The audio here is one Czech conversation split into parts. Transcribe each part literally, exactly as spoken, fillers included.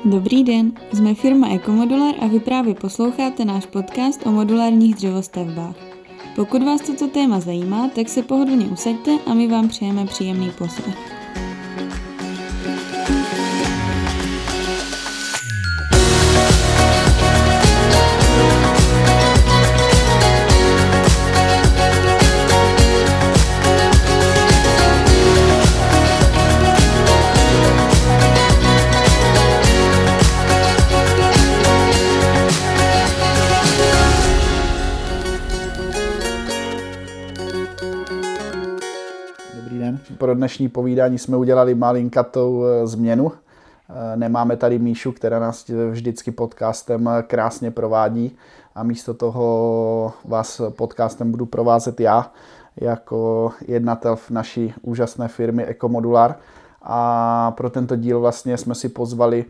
Dobrý den, jsme firma Ekomodular a vy právě posloucháte náš podcast o modulárních dřevostavbách. Pokud vás toto téma zajímá, tak se pohodlně usaďte a my vám přejeme příjemný poslech. Pro dnešní povídání jsme udělali malinkatou změnu. Nemáme tady Míšu, která nás vždycky podcastem krásně provádí, a místo toho vás podcastem budu provázet já jako jednatel v naší úžasné firmy Ekomodular. A pro tento díl vlastně jsme si pozvali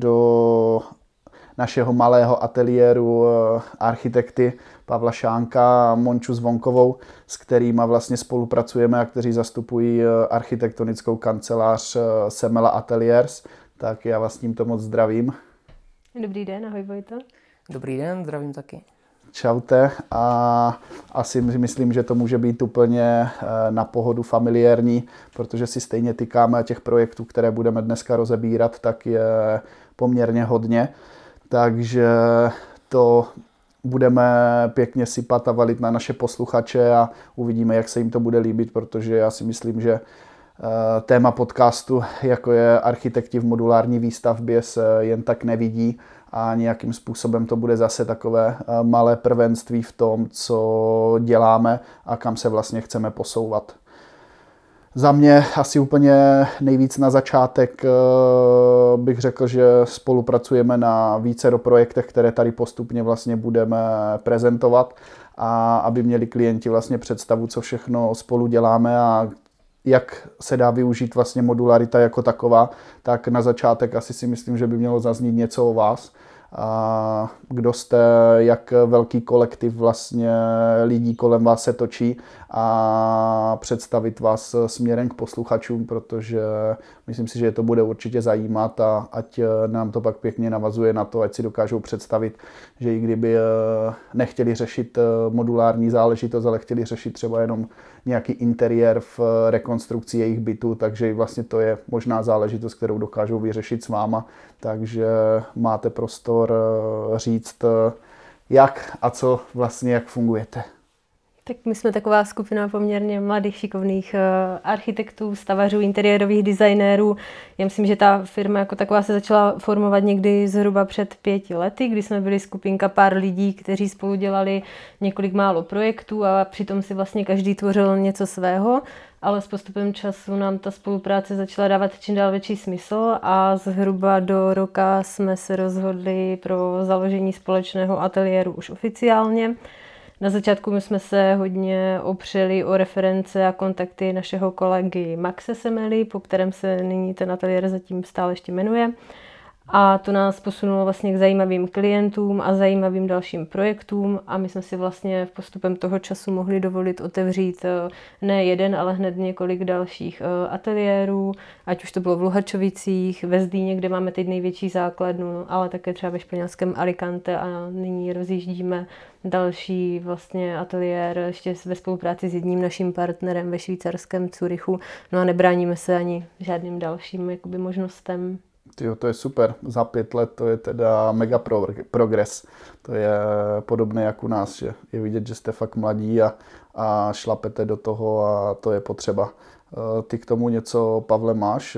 do našeho malého ateliéru architekty Pavla Šánka a Monču Zvonkovou, s kterýma vlastně spolupracujeme a kteří zastupují architektonickou kancelář Semela Ateliers. Tak já vás tímto moc zdravím. Dobrý den, ahoj Vojto. Dobrý den, zdravím taky. Čaute, a asi myslím, že to může být úplně na pohodu familiární, protože si stejně tykáme těch projektů, které budeme dneska rozebírat, tak je poměrně hodně. Takže to budeme pěkně sypat a valit na naše posluchače a uvidíme, jak se jim to bude líbit, protože já si myslím, že téma podcastu, jako je architekti v modulární výstavbě, se jen tak nevidí a nějakým způsobem to bude zase takové malé prvenství v tom, co děláme a kam se vlastně chceme posouvat. Za mě asi úplně nejvíc na začátek bych řekl, že spolupracujeme na vícero projektech, které tady postupně vlastně budeme prezentovat, a aby měli klienti vlastně představu, co všechno spolu děláme a jak se dá využít vlastně modularita jako taková, tak na začátek asi si myslím, že by mělo zaznít něco o vás. A kdo jste, jak velký kolektiv vlastně lidí kolem vás se točí, a představit vás směrem k posluchačům, protože myslím si, že to bude určitě zajímat, a ať nám to pak pěkně navazuje na to, ať si dokážou představit, že i kdyby nechtěli řešit modulární záležitost, ale chtěli řešit třeba jenom nějaký interiér v rekonstrukci jejich bytu, takže vlastně to je možná záležitost, kterou dokážou vyřešit s váma, takže máte prostor říct, jak a co vlastně, jak fungujete. Tak my jsme taková skupina poměrně mladých, šikovných architektů, stavařů, interiérových designérů. Já myslím, že ta firma jako taková se začala formovat někdy zhruba před pěti lety, kdy jsme byli skupinka pár lidí, kteří spolu dělali několik málo projektů a přitom si vlastně každý tvořil něco svého, ale s postupem času nám ta spolupráce začala dávat čím dál větší smysl a zhruba do roka jsme se rozhodli pro založení společného ateliéru už oficiálně. Na začátku my jsme se hodně opřeli o reference a kontakty našeho kolegy Maxe Semely, po kterém se nyní ten ateliér zatím stále ještě jmenuje. A to nás posunulo vlastně k zajímavým klientům a zajímavým dalším projektům, a my jsme si vlastně v postupem toho času mohli dovolit otevřít ne jeden, ale hned několik dalších ateliérů, ať už to bylo v Luhačovicích, ve Zdíně, kde máme teď největší základnu, ale také třeba ve španělském Alicante, a nyní rozjíždíme další vlastně ateliér ještě ve spolupráci s jedním naším partnerem ve švýcarském Curychu. No a nebráníme se ani žádným dalším jakoby možnostem. Tyjo, to je super. Za pět let to je teda mega progres. To je podobné jak u nás, že je vidět, že jste fakt mladí a, a šlapete do toho, a to je potřeba. Ty k tomu něco, Pavle, máš?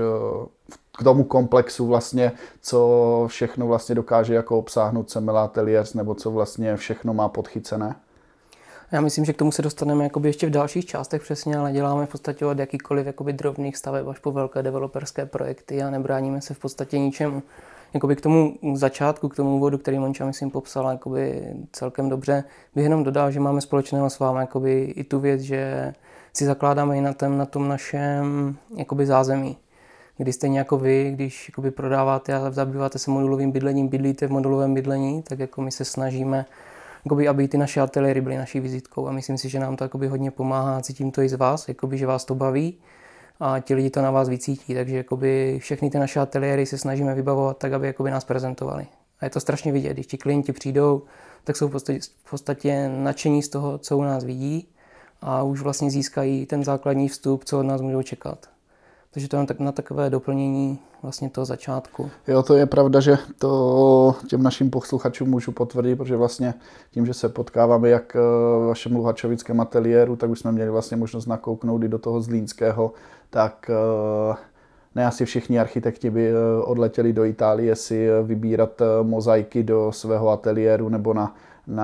K tomu komplexu vlastně, co všechno vlastně dokáže jako obsáhnout Semela Ateliers, nebo co vlastně všechno má podchycené? Já myslím, že k tomu se dostaneme jakoby ještě v dalších částech přesně, ale děláme v podstatě od jakýkoliv jakoby drobných staveb až po velké developerské projekty a nebráníme se v podstatě ničemu. Jakoby k tomu začátku, k tomu úvodu, který Monča, myslím, popsala jakoby celkem dobře, bych jenom dodal, že máme společného s vámi jakoby i tu věc, že si zakládáme i na tom, na tom našem jakoby zázemí. Kdy stejně jako vy, když jakoby prodáváte a zabýváte se modulovým bydlením, bydlíte v modulovém bydlení, tak jako my se snažíme, jakoby, aby ty naše ateliéry byly naší vizitkou, a myslím si, že nám to jakoby hodně pomáhá, cítím to i z vás, jakoby, že vás to baví. a ti lidi to na vás vycítí, takže jakoby všechny ty naše ateliéry se snažíme vybavovat tak, aby jakoby nás prezentovali. A je to strašně vidět, když ti klienti přijdou, tak jsou v podstatě, v podstatě nadšení z toho, co u nás vidí a už vlastně získají ten základní vstup, co od nás můžou čekat. Takže to je na takové doplnění vlastně toho začátku. Jo, to je pravda, že to těm našim posluchačům můžu potvrdit, protože vlastně tím, že se potkáváme jak v vašem luhačovickém ateliéru, tak už jsme měli vlastně možnost nakouknout i do toho zlínského, tak ne asi všichni architekti by odletěli do Itálie si vybírat mozaiky do svého ateliéru nebo na,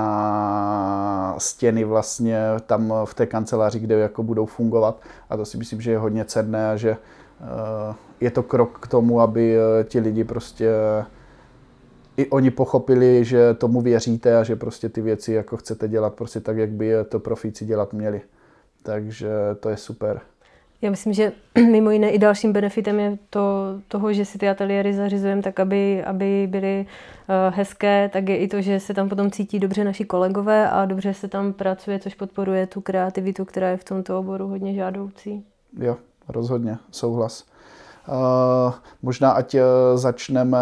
na stěny vlastně tam v té kanceláři, kde jako budou fungovat. A to si myslím, že je hodně cenné a že je to krok k tomu, aby ti lidi prostě i oni pochopili, že tomu věříte a že prostě ty věci jako chcete dělat prostě tak, jak by to profíci dělat měli. Takže to je super. Já myslím, že mimo jiné i dalším benefitem je to, toho, že si ty ateliéry zařizujeme tak, aby, aby byly uh, hezké, tak je i to, že se tam potom cítí dobře naši kolegové a dobře se tam pracuje, což podporuje tu kreativitu, která je v tomto oboru hodně žádoucí. Jo, rozhodně, souhlas. Uh, možná ať uh, začneme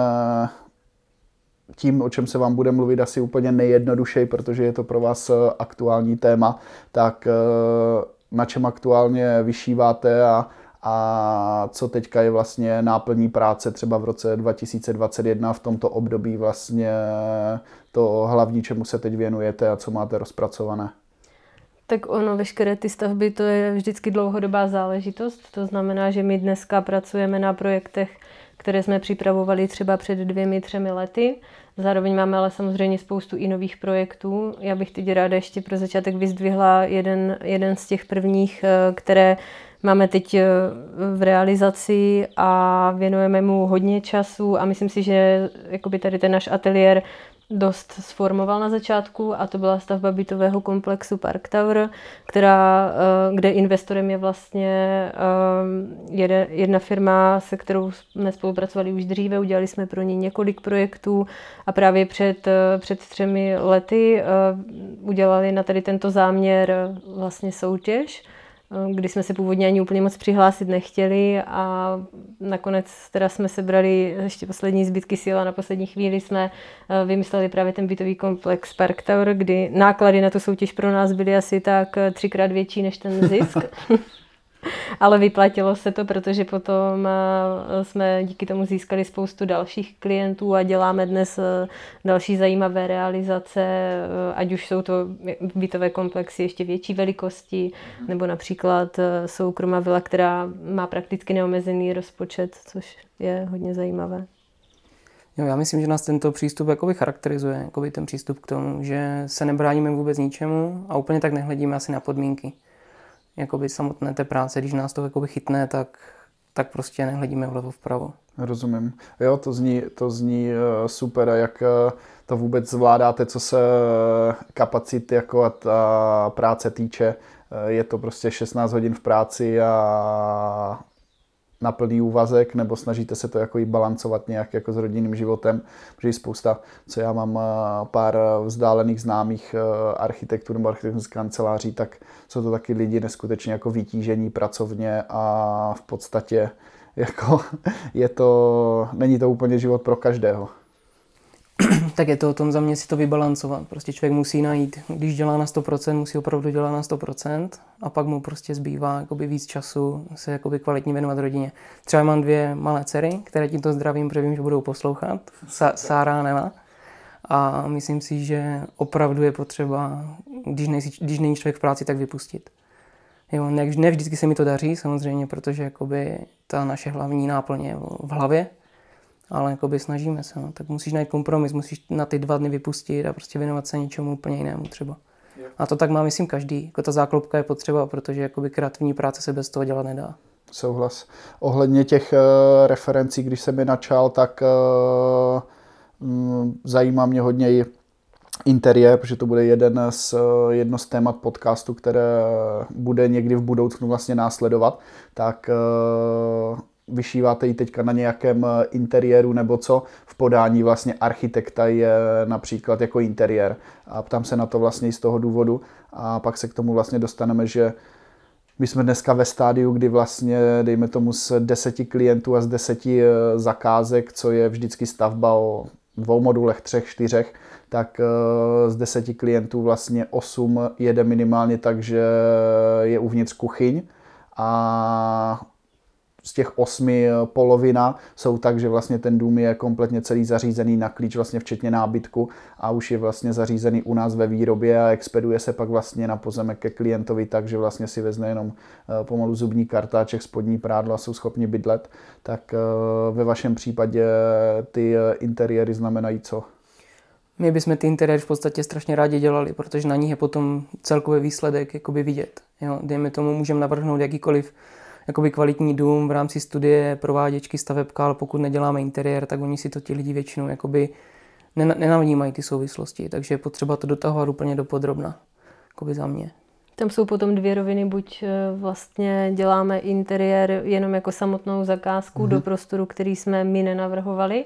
tím, o čem se vám bude mluvit asi úplně nejjednodušeji, protože je to pro vás aktuální téma, tak uh, na čem aktuálně vyšíváte a, a co teďka je vlastně náplní práce třeba v roce dva tisíce dvacet jedna v tomto období vlastně to hlavní, čemu se teď věnujete a co máte rozpracované? Tak ono, veškeré ty stavby, to je vždycky dlouhodobá záležitost. To znamená, že my dneska pracujeme na projektech, které jsme připravovali třeba před dvěmi, třemi lety. Zároveň máme ale samozřejmě spoustu i nových projektů. Já bych teď ráda ještě pro začátek vyzdvihla jeden, jeden z těch prvních, které máme teď v realizaci a věnujeme mu hodně času a myslím si, že jakoby tady ten náš ateliér dost sformoval na začátku a to byla stavba bytového komplexu Park Tower, která, kde investorem je vlastně jedna firma, se kterou jsme spolupracovali už dříve, udělali jsme pro ní několik projektů a právě před, před třemi lety udělali na tady tento záměr vlastně soutěž, kdy jsme se původně ani úplně moc přihlásit nechtěli a nakonec teda jsme sebrali ještě poslední zbytky sil a na poslední chvíli jsme vymysleli právě ten bytový komplex Park Tower, kdy náklady na tu soutěž pro nás byly asi tak třikrát větší než ten zisk. Ale vyplatilo se to, protože potom jsme díky tomu získali spoustu dalších klientů a děláme dnes další zajímavé realizace, ať už jsou to bytové komplexy ještě větší velikosti, nebo například soukromá vila, která má prakticky neomezený rozpočet, což je hodně zajímavé. Jo, já myslím, že nás tento přístup jakoby charakterizuje, jakoby ten přístup k tomu, že se nebráníme vůbec ničemu a úplně tak nehledíme asi na podmínky. Jakoby samotné té práce, když nás to jakoby chytne, tak, tak prostě nehledíme vlevo vpravo. Rozumím. Jo, to zní, to zní super. A jak to vůbec zvládáte, co se kapacit jako a ta práce týče? Je to prostě šestnáct hodin v práci a na plný úvazek, nebo snažíte se to jako i balancovat nějak jako s rodinným životem, protože je spousta, co já mám pár vzdálených známých architektů nebo architektonických kanceláří, tak jsou to taky lidi neskutečně jako vytížení pracovně a v podstatě jako je to, není to úplně život pro každého. Tak je to o tom za mě si to vybalancovat. Prostě člověk musí najít, když dělá na sto procent, musí opravdu dělat na sto procent a pak mu prostě zbývá jakoby víc času se jakoby kvalitně věnovat rodině. Třeba mám dvě malé dcery, které tímto zdravím, protože vím, že budou poslouchat. Sa- Sára a Nela. A myslím si, že opravdu je potřeba, když, nejsi, když není člověk v práci, tak vypustit. Jo, ne, ne vždycky se mi to daří, samozřejmě, protože jakoby ta naše hlavní náplň je v hlavě. Ale jakoby snažíme se, no. Tak musíš najít kompromis, musíš na ty dva dny vypustit a prostě věnovat se něčemu úplně jinému třeba. A to tak má, myslím, každý. Jako ta záklopka je potřeba, protože jakoby kreativní práce se bez toho dělat nedá. Souhlas. Ohledně těch uh, referencí, když jsem je načal, tak uh, um, zajímá mě hodně i interiér, protože to bude jeden z, jedno z témat podcastu, které bude někdy v budoucnu vlastně následovat. Tak uh, vyšíváte ji teďka na nějakém interiéru nebo co? V podání vlastně architekta je například jako interiér. A ptám se na to vlastně i z toho důvodu. A pak se k tomu vlastně dostaneme, že My jsme dneska ve stádiu, kdy vlastně, dejme tomu, z deseti klientů a z deseti zakázek, co je vždycky stavba o dvou modulech, třech, čtyřech, tak z deseti klientů vlastně osm jede minimálně tak, že je uvnitř kuchyň a z těch osmi polovina jsou tak, že vlastně ten dům je kompletně celý zařízený na klíč, vlastně včetně nábytku a už je vlastně zařízený u nás ve výrobě a expeduje se pak vlastně na pozemek ke klientovi tak, že vlastně si vezme jenom pomalu zubní kartáček, spodní prádlo a jsou schopni bydlet. Tak ve vašem případě ty interiéry znamenají co? My bychom ty interiéry v podstatě strašně rádi dělali, protože na nich je potom celkový výsledek jakoby vidět. Jo, dejme tomu, můžeme navrhnout jakýkoliv jakoby kvalitní dům v rámci studie, prováděčky, stavebka, ale pokud neděláme interiér, tak oni si to ti lidi většinou jakoby nenavnímají ty souvislosti, takže je potřeba to dotahovat úplně do podrobna, jakoby za mě. Tam jsou potom dvě roviny, buď vlastně děláme interiér jenom jako samotnou zakázku mm-hmm. do prostoru, který jsme my nenavrhovali,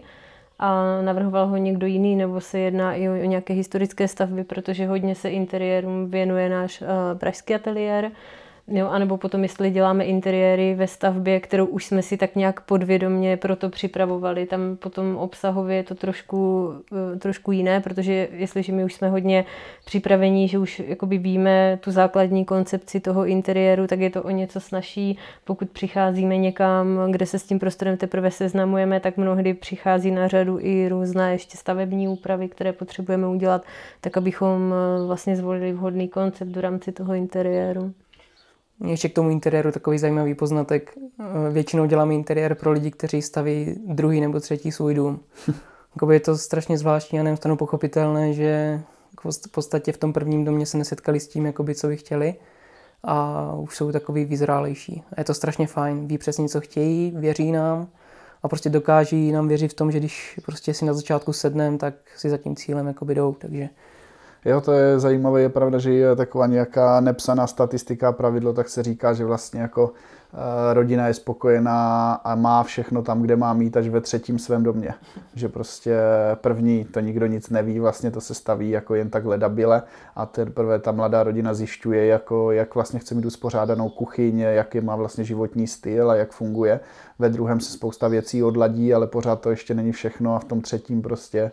a navrhoval ho někdo jiný, nebo se jedná i o, o nějaké historické stavby, protože hodně se interiérům věnuje náš uh, pražský ateliér. Jo, anebo potom, jestli děláme interiéry ve stavbě, kterou už jsme si tak nějak podvědomě proto připravovali, tam potom obsahově je to trošku, trošku jiné, protože jestliže my už jsme hodně připravení, že už jakoby víme tu základní koncepci toho interiéru, tak je to o něco snazší. Pokud přicházíme někam, kde se s tím prostorem teprve seznamujeme, tak mnohdy přichází na řadu i různé ještě stavební úpravy, které potřebujeme udělat, tak abychom vlastně zvolili vhodný koncept v rámci toho interiéru. Ještě k tomu interiéru takový zajímavý poznatek. Většinou děláme interiér pro lidi, kteří staví druhý nebo třetí svůj dům. Je to strašně zvláštní a neustanu pochopitelné, že v podstatě v tom prvním domě se nesetkali s tím, jakoby, co by chtěli a už jsou takový vyzrálejší. A je to strašně fajn. Ví přesně, co chtějí, věří nám a prostě dokáží nám věřit v tom, že když prostě si na začátku sedneme, tak si za tím cílem jakoby jdou. Takže Jo, to je zajímavé, je pravda, že je taková nějaká nepsaná statistika, pravidlo, tak se říká, že vlastně jako rodina je spokojená a má všechno tam, kde má mít, až ve třetím svém domě. Že prostě první, to nikdo nic neví, vlastně to se staví jako jen tak ledabile a teprve ta mladá rodina zjišťuje, jako, jak vlastně chce mít uspořádanou kuchyň, jaký má vlastně životní styl a jak funguje. Ve druhém se spousta věcí odladí, ale pořád to ještě není všechno a v tom třetím prostě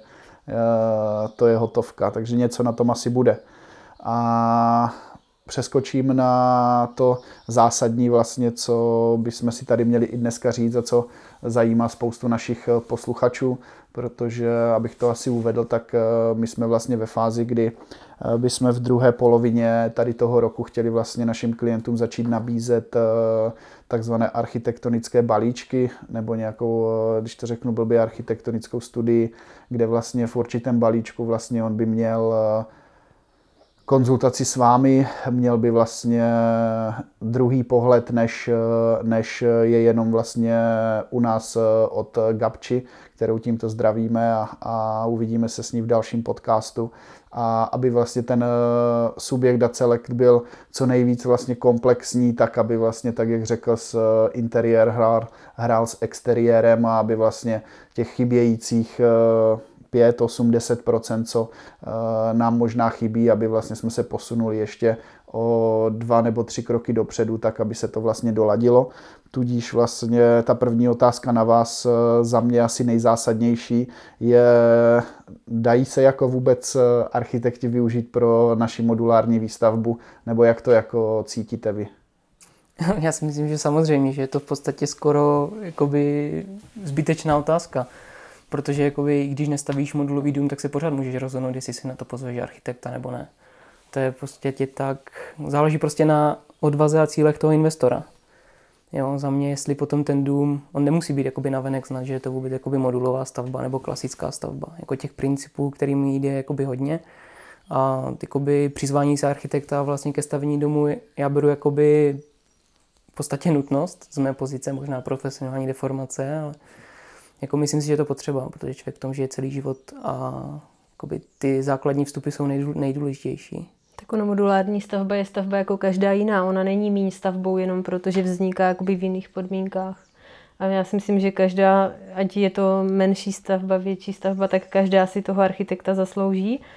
to je hotovka, takže něco na tom asi bude. A přeskočím na to zásadní vlastně, co bychom si tady měli i dneska říct a co zajímá spoustu našich posluchačů, protože, abych to asi uvedl, tak my jsme vlastně ve fázi, kdy bychom v druhé polovině tady toho roku chtěli vlastně našim klientům začít nabízet takzvané architektonické balíčky, nebo nějakou, když to řeknu blbě, architektonickou studii, kde vlastně v určitém balíčku vlastně on by měl konzultaci s vámi, měl by vlastně druhý pohled, než, než je jenom vlastně u nás od Gabči, kterou tímto zdravíme a, a uvidíme se s ní v dalším podcastu. A aby vlastně ten subjekt a celek byl co nejvíc vlastně komplexní, tak aby vlastně, tak jak řekl, s interiér hrál, hrál s exteriérem a aby vlastně těch chybějících pět, osm, deset procent, co nám možná chybí, aby vlastně jsme se posunuli ještě o dva nebo tři kroky dopředu, tak aby se to vlastně doladilo. Tudíž vlastně ta první otázka na vás, za mě asi nejzásadnější, je, dají se jako vůbec architekti využít pro naši modulární výstavbu, nebo jak to jako cítíte vy? Já si myslím, že samozřejmě, že je to v podstatě skoro jakoby zbytečná otázka. Protože jakoby, když nestavíš modulový dům, tak se pořád můžeš rozhodnout, jestli si na to pozveš architekta nebo ne. To je prostě tě tak, záleží prostě na odvaze a cílech toho investora. Jo, za mě, jestli potom ten dům, on nemusí být jakoby navenek znat, že je to vůbec jakoby modulová stavba nebo klasická stavba. Jako těch principů, kterým jde jakoby hodně. A jakoby přizvání se architekta vlastně ke stavění domu já beru jakoby v podstatě nutnost z mé pozice, možná profesionální deformace, ale jako myslím si, že je to potřeba, protože člověk v tom žije celý život a jakoby, ty základní vstupy jsou nejdůležitější. Tak ono modulární stavba je stavba jako každá jiná. Ona není míň stavbou jenom proto, že vzniká jakoby v jiných podmínkách. A já si myslím, že každá, ať je to menší stavba, větší stavba, tak každá si toho architekta zaslouží.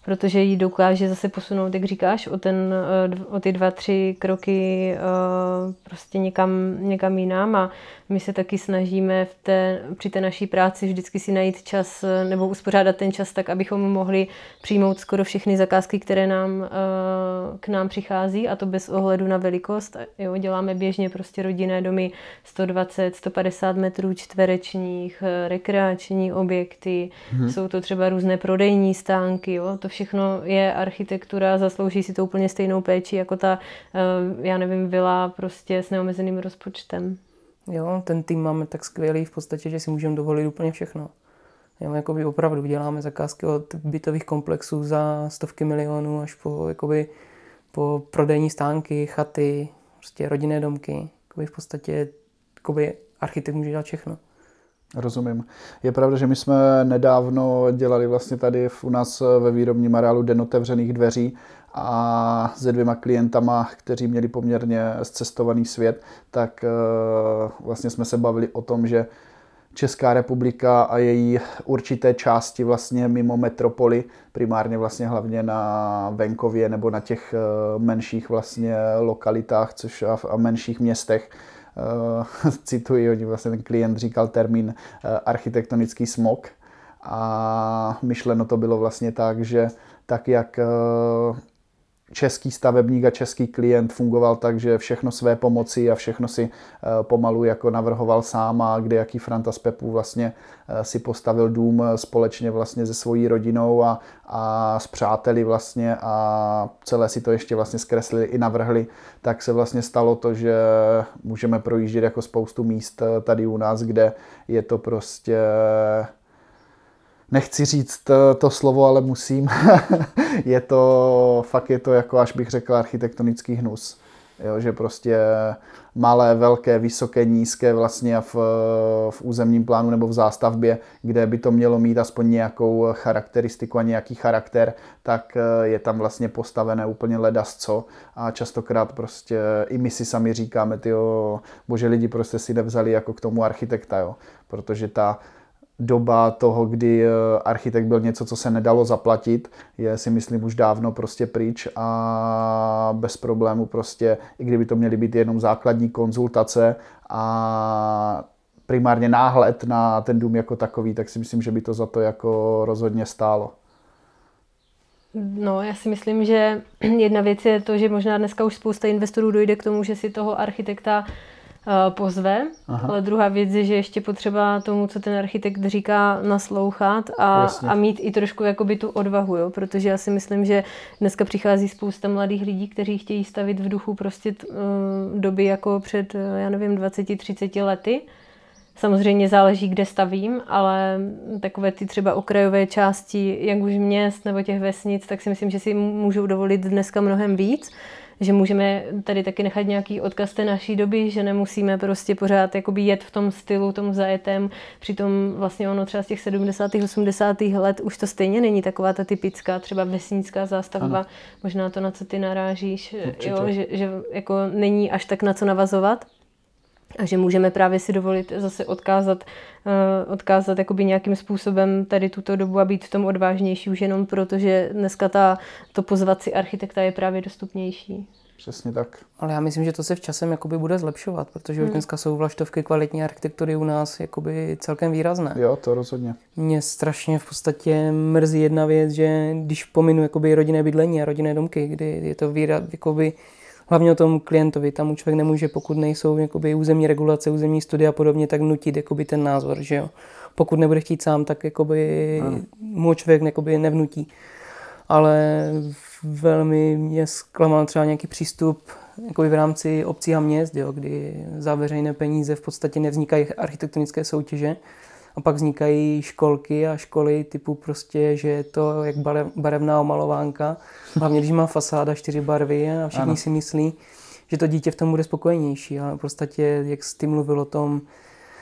protože jí dokáže zase posunout, jak říkáš, o, ten, o ty dva, tři kroky prostě někam, někam jinam a my se taky snažíme v té, při té naší práci vždycky si najít čas nebo uspořádat ten čas tak, abychom mohli přijmout skoro všechny zakázky, které nám, k nám přichází a to bez ohledu na velikost. Jo, děláme běžně prostě rodinné domy sto dvacet, sto padesát metrů čtverečních, rekreační objekty, hmm. jsou to třeba různé prodejní stánky, jo, to všechno je architektura, zaslouží si to úplně stejnou péči jako ta, já nevím, vila prostě s neomezeným rozpočtem. Jo, ten tým máme tak skvělý v podstatě, že si můžeme dovolit úplně všechno. Jo, jakoby opravdu děláme zakázky od bytových komplexů za stovky milionů až po, jakoby, po prodejní stánky, chaty, prostě rodinné domky. Jakoby v podstatě jakoby architekt může dělat všechno. Rozumím. Je pravda, že my jsme nedávno dělali vlastně tady u nás ve výrobním areálu den otevřených dveří a se dvěma klientama, kteří měli poměrně zcestovaný svět, tak vlastně jsme se bavili o tom, že Česká republika a její určité části vlastně mimo metropoly, primárně vlastně hlavně na venkově nebo na těch menších vlastně lokalitách, což a menších městech, Uh, cituji, oni vlastně ten klient říkal termín uh, architektonický smog a myšleno to bylo vlastně tak, že tak jak uh, český stavebník a český klient fungoval tak, že všechno své pomoci a všechno si uh, pomalu jako navrhoval sám a kde jaký Franta z Pepu vlastně uh, si postavil dům společně vlastně se svojí rodinou a, a s přáteli vlastně a celé si to ještě vlastně zkreslili i navrhli, tak se vlastně stalo to, že můžeme projíždět jako spoustu míst tady u nás, kde je to prostě... Nechci říct to slovo, ale musím. je to, fakt je to jako, až bych řekl, architektonický hnus. Jo, že prostě malé, velké, vysoké, nízké vlastně v, v územním plánu nebo v zástavbě, kde by to mělo mít aspoň nějakou charakteristiku a nějaký charakter, tak je tam vlastně postavené úplně ledasco a častokrát prostě i my si sami říkáme, tyjo, bože, lidi prostě si nevzali jako k tomu architekta, jo, protože ta doba toho, kdy architekt byl něco, co se nedalo zaplatit, je si myslím už dávno prostě pryč a bez problému prostě, i kdyby to měly být jenom základní konzultace a primárně náhled na ten dům jako takový, tak si myslím, že by to za to jako rozhodně stálo. No, já si myslím, že jedna věc je to, že možná dneska už spousta investorů dojde k tomu, že si toho architekta pozve, Aha. ale druhá věc je, že ještě potřeba tomu, co ten architekt říká, naslouchat a, a mít i trošku jakoby tu odvahu, jo? Protože já si myslím, že dneska přichází spousta mladých lidí, kteří chtějí stavit v duchu prostě t, uh, doby jako před, já nevím, dvacet třicet lety. Samozřejmě záleží, kde stavím, ale takové ty třeba okrajové části, jak už měst nebo těch vesnic, tak si myslím, že si můžou dovolit dneska mnohem víc. Že můžeme tady taky nechat nějaký odkaz té naší doby, že nemusíme prostě pořád jakoby jet v tom stylu, tom zajetém, přitom vlastně ono třeba z těch sedmdesátých osmdesátých let už to stejně není taková ta typická, třeba vesnická zástavba, ano. Možná to, na co ty narážíš, jo, že, že jako není až tak na co navazovat. A že můžeme právě si dovolit zase odkázat, uh, odkázat jakoby nějakým způsobem tady tuto dobu a být v tom odvážnější už jenom proto, že dneska ta, to pozvat si architekta je právě dostupnější. Přesně tak. Ale já myslím, že to se v časem jakoby bude zlepšovat, protože hmm. už dneska jsou vlaštovky kvalitní architektury u nás jakoby celkem výrazné. Jo, to rozhodně. Mě strašně v podstatě mrzí jedna věc, že když pominu jakoby rodinné bydlení a rodinné domky, kdy je to výraz, jakoby hlavně o tom klientovi, tam člověk nemůže, pokud nejsou jakoby územní regulace, územní studie a podobně, tak nutit jakoby ten názor, že jo. Pokud nebude chtít sám, tak jakoby hmm. mu člověk jakoby nevnutí. Ale velmi mě zklamal třeba nějaký přístup jakoby v rámci obcí a měst, jo, kdy za veřejné peníze v podstatě nevznikají architektonické soutěže a pak vznikají školky a školy typu prostě, že je to jak barevná omalovánka, hlavně když má fasáda čtyři barvy a všichni ano. si myslí, že to dítě v tom bude spokojenější, ale v podstatě, jak jsi ty mluvil o tom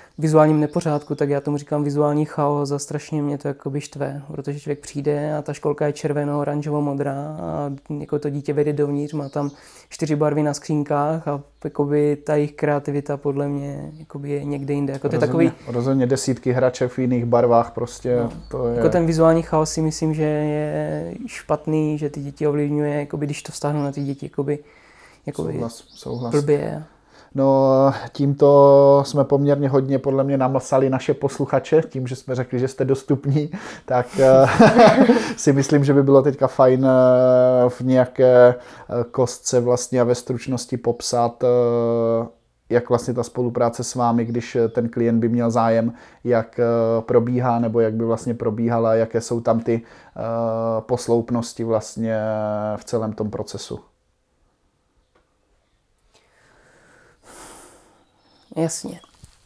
vizuálním nepořádku, tak já tomu říkám vizuální chaos a strašně mě to jakoby štve, protože člověk přijde a ta školka je červeno, oranžovo, modrá a jako to dítě vejde dovnitř, má tam čtyři barvy na skřínkách a jakoby ta jejich kreativita podle mě jakoby je někde jinde. Jako rozhodně, takový, rozhodně desítky hraček v jiných barvách prostě. No, to je... Jako ten vizuální chaos si myslím, že je špatný, že ty děti ovlivňuje, jakoby, když to vztáhnu na ty děti, jakoby, jakoby souhlas, souhlas. blbě. No, tímto jsme poměrně hodně podle mě namlsali naše posluchače, tím, že jsme řekli, že jste dostupní, tak si myslím, že by bylo teďka fajn v nějaké kostce vlastně a ve stručnosti popsat, jak vlastně ta spolupráce s vámi, když ten klient by měl zájem, jak probíhá, nebo jak by vlastně probíhala, jaké jsou tam ty posloupnosti vlastně v celém tom procesu. Jasně.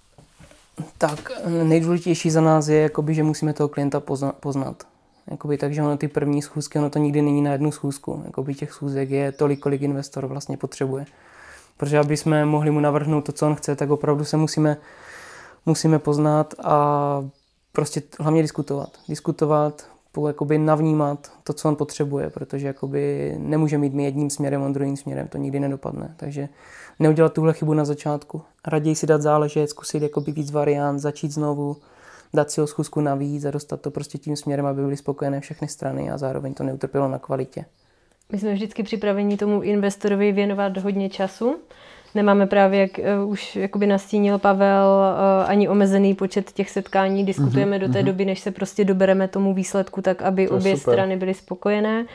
Tak nejdůležitější za nás je, jakoby, že musíme toho klienta poznat. Jakoby, takže ono ty první schůzky, ono to nikdy není na jednu schůzku. Jakoby těch schůzek je tolik, kolik investor vlastně potřebuje. Protože aby jsme mohli mu navrhnout to, co on chce, tak opravdu se musíme, musíme poznat a prostě hlavně diskutovat. Diskutovat, jakoby navnímat to, co on potřebuje, protože jakoby nemůže jít my jedním směrem, on druhým směrem, to nikdy nedopadne. Takže neudělat tuhle chybu na začátku. Raději si dát záležet, zkusit jakoby víc variant, začít znovu, dát si o schůzku navíc a dostat to prostě tím směrem, aby byly spokojené všechny strany a zároveň to neutrpělo na kvalitě. My jsme vždycky připraveni tomu investorovi věnovat hodně času. Nemáme právě, jak uh, už jakoby nastínil Pavel, uh, ani omezený počet těch setkání. Diskutujeme mm-hmm. do té doby, než se prostě dobereme tomu výsledku, tak aby obě super. strany byly spokojené.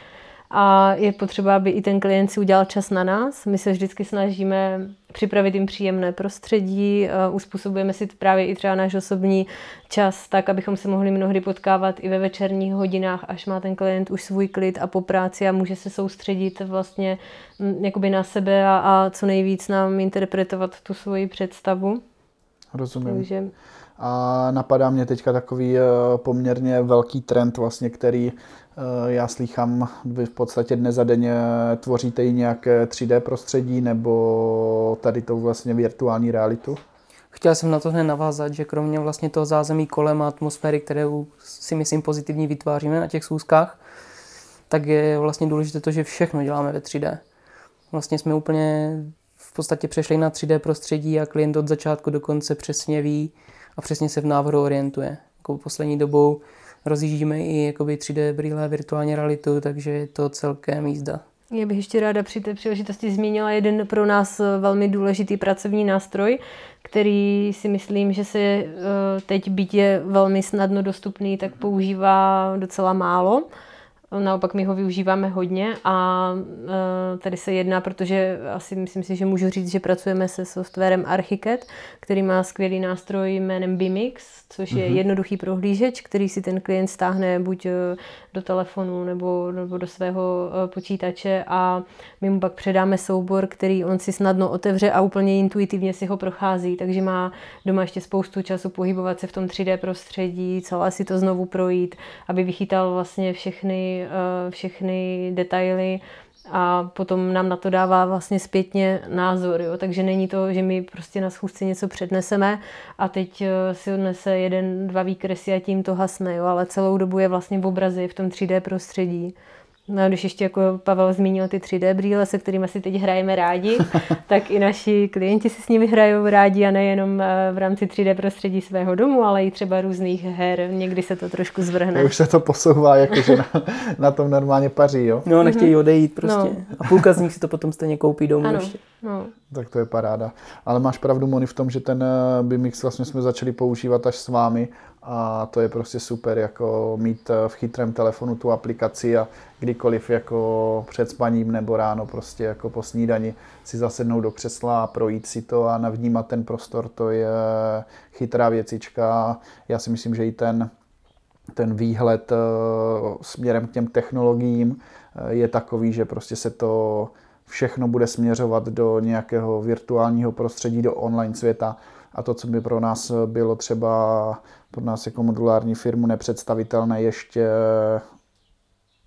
A je potřeba, aby i ten klient si udělal čas na nás. My se vždycky snažíme připravit jim příjemné prostředí, uh, uspůsobujeme si právě i třeba náš osobní čas tak, abychom se mohli mnohdy potkávat i ve večerních hodinách, až má ten klient už svůj klid a po práci a může se soustředit vlastně m, jakoby na sebe a, a co nejvíc nám interpretovat tu svoji představu. Rozumím. Takže... A napadá mě teďka takový poměrně velký trend, vlastně, který já slýchám, vy v podstatě dnes za denně tvoříte i nějaké tři dé prostředí nebo tady to vlastně virtuální realitu? Chtěl jsem na to hned navázat, že kromě vlastně toho zázemí kolem a atmosféry, kterou si myslím pozitivně vytváříme na těch schůzkách, tak je vlastně důležité to, že všechno děláme ve tři dé. Vlastně jsme úplně v podstatě přešli na tři dé prostředí a klient od začátku do konce přesně ví a přesně se v návrhu orientuje. Jako poslední dobou rozjíždíme i jakoby tři dé brýle, virtuální realitu, takže je to celkem jízda. Já bych ještě ráda při té příležitosti zmínila jeden pro nás velmi důležitý pracovní nástroj, který si myslím, že se teď, byť je velmi snadno dostupný, tak používá docela málo. Naopak my ho využíváme hodně a tady se jedná, protože asi myslím si, že můžu říct, že pracujeme se softwarem Archicad, který má skvělý nástroj jménem Bimix, což je mm-hmm. jednoduchý prohlížeč, který si ten klient stáhne buď do telefonu nebo, nebo do svého počítače a my mu pak předáme soubor, který on si snadno otevře a úplně intuitivně si ho prochází, takže má doma ještě spoustu času pohybovat se v tom tři dé prostředí, celé si to znovu projít, aby vychytal vlastně všechny všechny detaily a potom nám na to dává vlastně zpětně názor. Jo? Takže není to, že my prostě na schůzce něco předneseme a teď si odnese jeden, dva výkresy a tím to hasne, jo? Ale celou dobu je vlastně v obrazi v tom tři dé prostředí. No a když ještě jako Pavel zmínil ty tři dé brýle, se kterými si teď hrajeme rádi, tak i naši klienti si s nimi hrajou rádi a nejenom v rámci tři dé prostředí svého domu, ale i třeba různých her. Někdy se to trošku zvrhne. Už se to posouvá, jakože na, na tom normálně paří, jo? No, nechtějí odejít prostě. No. A půlka z nich si to potom stejně koupí domů ano. ještě. No. Tak to je paráda. Ale máš pravdu, Moni, v tom, že ten Bimix vlastně jsme začali používat až s vámi a to je prostě super, jako mít v chytrém telefonu tu aplikaci a kdykoliv jako před spaním nebo ráno prostě jako po snídani si zasednout do křesla a projít si to a navnímat ten prostor, to je chytrá věcička. Já si myslím, že i ten, ten výhled směrem k těm technologiím je takový, že prostě se to všechno bude směřovat do nějakého virtuálního prostředí, do online světa. A to, co by pro nás bylo třeba, pro nás jako modulární firmu nepředstavitelné ještě,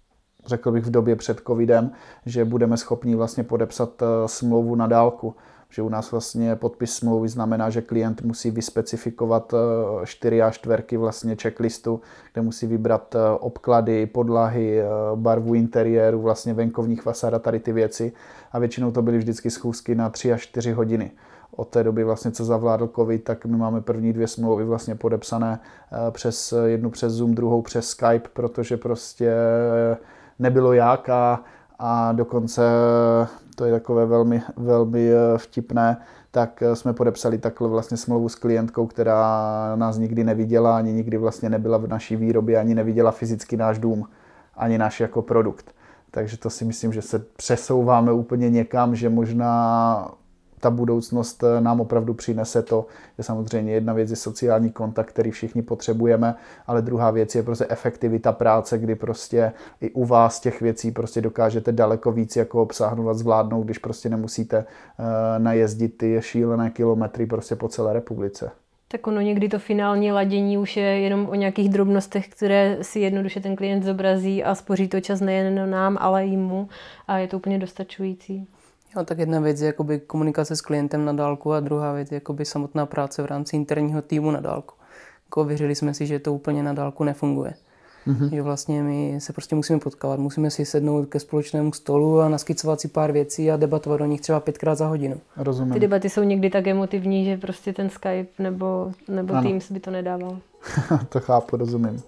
řekl bych v době před covidem, že budeme schopni vlastně podepsat smlouvu na dálku. že u nás vlastně podpis smlouvy znamená, že klient musí vyspecifikovat čtyři a čtverky vlastně checklistu, kde musí vybrat obklady, podlahy, barvu interiéru, vlastně venkovních fasád a tady ty věci. A většinou to byly vždycky schůzky na tři až čtyři hodiny. Od té doby vlastně, co zavládl covid, tak my máme první dvě smlouvy vlastně podepsané přes jednu přes Zoom, druhou přes Skype, protože prostě nebylo jak a, a dokonce to je takové velmi, velmi vtipné, tak jsme podepsali takhle vlastně smlouvu s klientkou, která nás nikdy neviděla, ani nikdy vlastně nebyla v naší výrobě, ani neviděla fyzicky náš dům, ani náš jako produkt. Takže to si myslím, že se přesouváme úplně někam, že možná ta budoucnost nám opravdu přinese to, že samozřejmě jedna věc je sociální kontakt, který všichni potřebujeme, ale druhá věc je prostě efektivita práce, kdy prostě i u vás těch věcí prostě dokážete daleko víc jako obsáhnout a zvládnout, když prostě nemusíte uh, najezdit ty šílené kilometry prostě po celé republice. Tak ono někdy to finální ladění už je jenom o nějakých drobnostech, které si jednoduše ten klient zobrazí a spoří to čas nejen nám, ale i mu a je to úplně dostačující. Jo, tak jedna věc je jakoby komunikace s klientem na dálku a druhá věc je jakoby samotná práce v rámci interního týmu na dálku. Jako věřili jsme si, že to úplně na dálku nefunguje. Mm-hmm. Že vlastně my se prostě musíme potkávat, musíme si sednout ke společnému stolu a naskicovat si pár věcí a debatovat o nich třeba pětkrát za hodinu. Rozumím. Ty debaty jsou někdy tak emotivní, že prostě ten Skype nebo, nebo Teams by to nedával. To chápu, rozumím.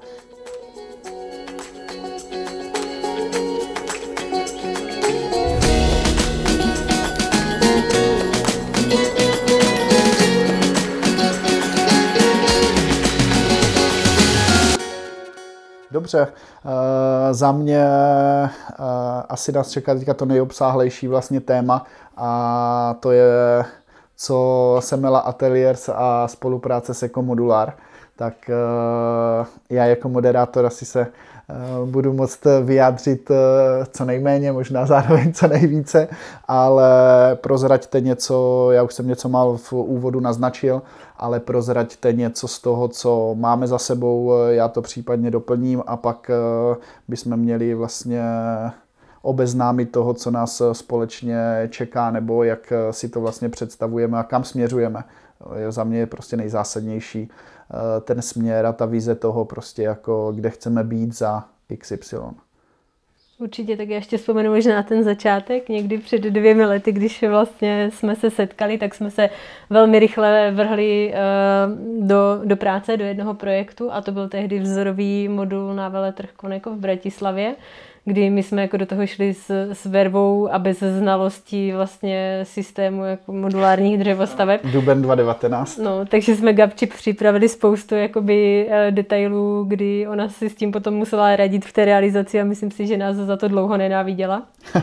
Dobře, uh, za mě uh, asi nás čeká teďka to nejobsáhlejší vlastně téma a to je, co Semela Ateliers a spolupráce s Ecomodular. Tak uh, já jako moderátor asi se uh, budu moct vyjádřit uh, co nejméně, možná zároveň co nejvíce, ale prozraďte něco, já už jsem něco mal v úvodu naznačil, ale prozraďte něco z toho, co máme za sebou, já to případně doplním a pak uh, bychom měli vlastně obeznámit toho, co nás společně čeká, nebo jak si to vlastně představujeme a kam směřujeme. Za mě je prostě nejzásadnější ten směr a ta vize toho, prostě jako kde chceme být za iks ypsilon. Určitě, tak já ještě vzpomenu možná ten začátek, někdy před dvěmi lety, když vlastně jsme se setkali, tak jsme se velmi rychle vrhli uh, do, do práce, do jednoho projektu a to byl tehdy vzorový modul na veletrh Koneko v Bratislavě, kdy my jsme jako do toho šli s, s vervou a bez znalostí vlastně systému jako modulárních dřevostaveb. Duben dva tisíce devatenáct. No, takže jsme Gabči připravili spoustu jakoby detailů, kdy ona si s tím potom musela radit v té realizaci a myslím si, že nás za to dlouho nenáviděla.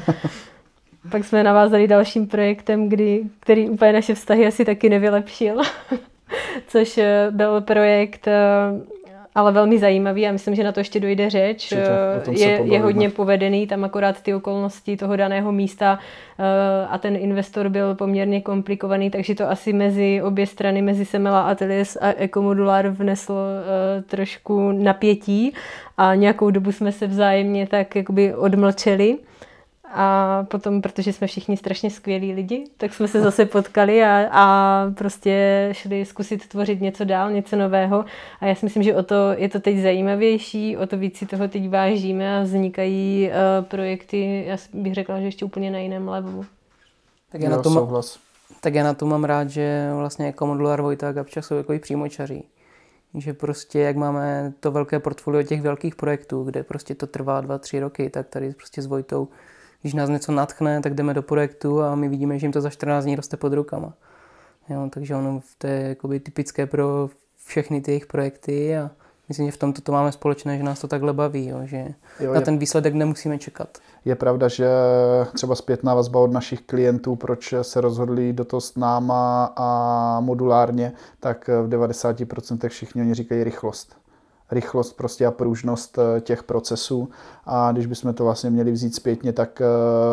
Pak jsme navázali dalším projektem, kdy, který úplně naše vztahy asi taky nevylepšil, což byl projekt ale velmi zajímavý a myslím, že na to ještě dojde řeč. Je, je hodně povedený, tam akorát ty okolnosti toho daného místa a ten investor byl poměrně komplikovaný, takže to asi mezi obě strany, mezi Semela Ateliers a Ecomodular vneslo trošku napětí a nějakou dobu jsme se vzájemně tak jakoby odmlčeli. A potom, protože jsme všichni strašně skvělí lidi, tak jsme se zase potkali a, a prostě šli zkusit tvořit něco dál, něco nového. A já si myslím, že o to je to teď zajímavější, o to víc si toho teď vážíme a vznikají uh, projekty, já bych řekla, že ještě úplně na jiném levelu. Tak já, na to má, tak já na to mám rád, že vlastně Ecomodular, Vojta a Gabča jsou jako přímočaří. Že prostě jak máme to velké portfolio těch velkých projektů, kde prostě to trvá dva, tři roky, tak tady prostě s Vojtou, když nás něco natchne, tak jdeme do projektu a my vidíme, že jim to za čtrnáct dní roste pod rukama. Jo, takže ono to je jakoby typické pro všechny ty jejich projekty a myslím, že v tomto to máme společné, že nás to takhle baví, jo, že jo, na je, ten výsledek nemusíme čekat. Je pravda, že třeba zpětná vazba od našich klientů, proč se rozhodli do toho s náma a modulárně, tak v devadesáti procentech všichni oni říkají rychlost. Rychlost prostě a pružnost těch procesů a když bychom to vlastně měli vzít zpětně, tak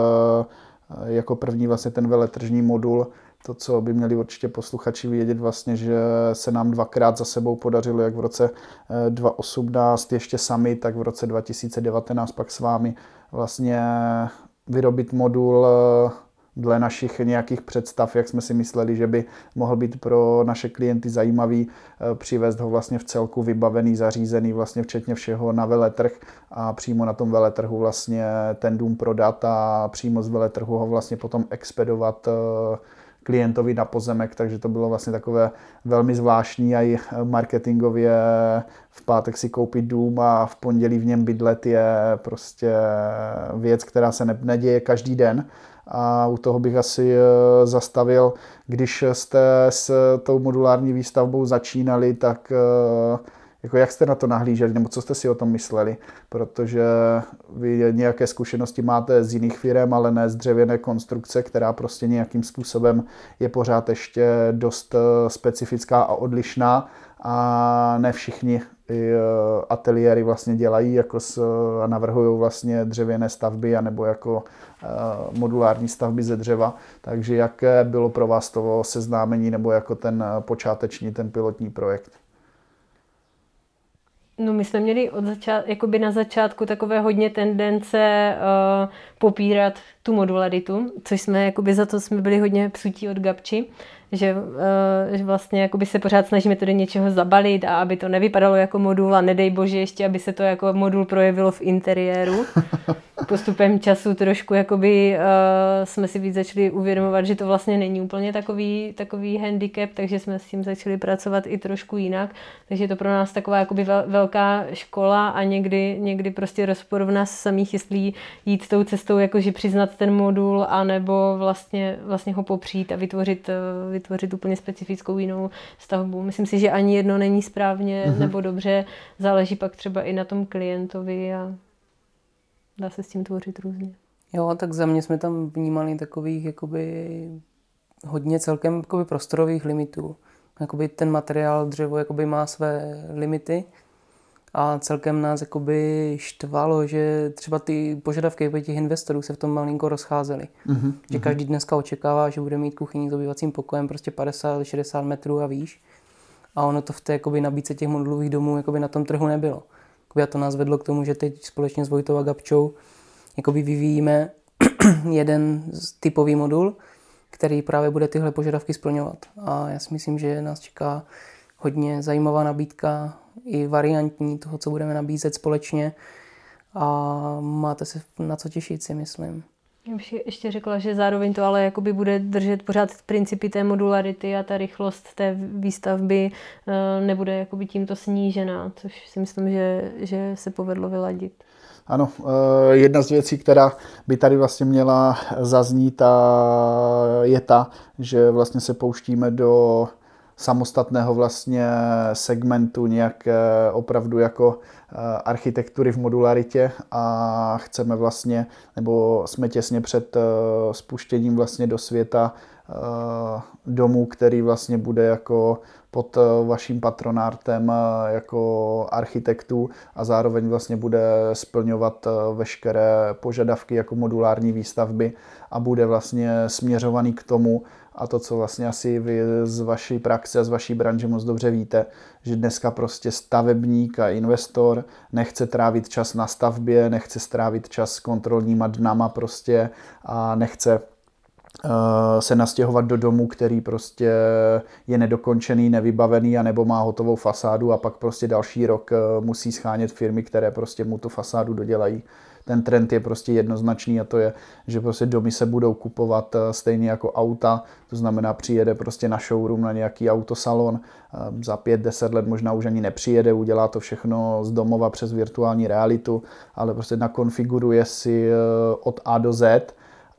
jako první vlastně ten veletržní modul, to, co by měli určitě posluchači vědět vlastně, že se nám dvakrát za sebou podařilo, jak v roce dva tisíce osmnáct ještě sami, tak v roce dva tisíce devatenáct pak s vámi vlastně vyrobit modul dle našich nějakých představ, jak jsme si mysleli, že by mohl být pro naše klienty zajímavý, přivést ho vlastně v celku vybavený, zařízený, vlastně včetně všeho na veletrh a přímo na tom veletrhu vlastně ten dům prodat a přímo z veletrhu ho vlastně potom expedovat klientovi na pozemek, takže to bylo vlastně takové velmi zvláštní a i marketingově v pátek si koupit dům a v pondělí v něm bydlet je prostě věc, která se ne- neděje každý den. A u toho bych asi zastavil, když jste s tou modulární výstavbou začínali, tak jako jak jste na to nahlíželi, nebo co jste si o tom mysleli? Protože vy nějaké zkušenosti máte z jiných firem, ale ne z dřevěné konstrukce, která prostě nějakým způsobem je pořád ještě dost specifická a odlišná a ne všichni ateliéry vlastně dělají jako s, a navrhují vlastně dřevěné stavby anebo jako modulární stavby ze dřeva. Takže jaké bylo pro vás to seznámení nebo jako ten počáteční, ten pilotní projekt? No, my jsme měli od začát, jakoby na začátku takové hodně tendence uh, popírat tu modularitu, což jsme, jakoby za to jsme byli hodně psutí od Gabči, že, uh, že vlastně jakoby se pořád snažíme to do něčeho zabalit a aby to nevypadalo jako modul a nedej bože ještě, aby se to jako modul projevilo v interiéru. Postupem času trošku jakoby, uh, jsme si víc začali uvědomovat, že to vlastně není úplně takový, takový handicap, takže jsme s tím začali pracovat i trošku jinak. Takže je to pro nás taková jakoby vel, velká škola a někdy, někdy prostě rozpor v nás samých, jestli jít tou cestou, jakože přiznat ten modul, anebo vlastně, vlastně ho popřít a vytvořit, vytvořit úplně specifickou jinou stavbu. Myslím si, že ani jedno není správně mm-hmm. nebo dobře, záleží pak třeba i na tom klientovi a dá se s tím tvořit různě. Jo, tak za mě jsme tam vnímali takových jakoby hodně celkem jakoby prostorových limitů. Jakoby ten materiál dřevo jakoby má své limity a celkem nás jakoby štvalo, že třeba ty požadavky těch investorů se v tom malinko rozcházely. Mm-hmm. Že každý dneska očekává, že bude mít kuchyni s obývacím pokojem prostě padesát šedesát metrů a výš. A ono to v té jakoby nabídce těch modulových domů jakoby na tom trhu nebylo. A to nás vedlo k tomu, že teď společně s Vojtou a Gabčou jakoby vyvíjíme jeden typový modul, který právě bude tyhle požadavky splňovat. A já si myslím, že nás čeká hodně zajímavá nabídka i variantní toho, co budeme nabízet společně a máte se na co těšit, si myslím. Já bych ještě řekla, že zároveň to ale jakoby bude držet pořád principy té modularity a ta rychlost té výstavby nebude jakoby tímto snížená, což si myslím, že, že se povedlo vyladit. Ano, jedna z věcí, která by tady vlastně měla zaznít, je ta, že vlastně se pouštíme do samostatného vlastně segmentu nějaké opravdu jako architektury v modularitě a chceme vlastně, nebo jsme těsně před spuštěním vlastně do světa domu, který vlastně bude jako pod vaším patronátem jako architektů a zároveň vlastně bude splňovat veškeré požadavky jako modulární výstavby a bude vlastně směřovaný k tomu, a to, co vlastně asi vy z vaší praxe a z vaší branže moc dobře víte, že dneska prostě stavebník a investor nechce trávit čas na stavbě, nechce strávit čas s kontrolníma dnama prostě a nechce se nastěhovat do domu, který prostě je nedokončený, nevybavený a nebo má hotovou fasádu a pak prostě další rok musí schánět firmy, které prostě mu tu fasádu dodělají. Ten trend je prostě jednoznačný a to je, že prostě domy se budou kupovat stejně jako auta, to znamená přijede prostě na showroom, na nějaký autosalon, za pět, deset let možná už ani nepřijede, udělá to všechno z domova přes virtuální realitu, ale prostě nakonfiguruje si od A do Z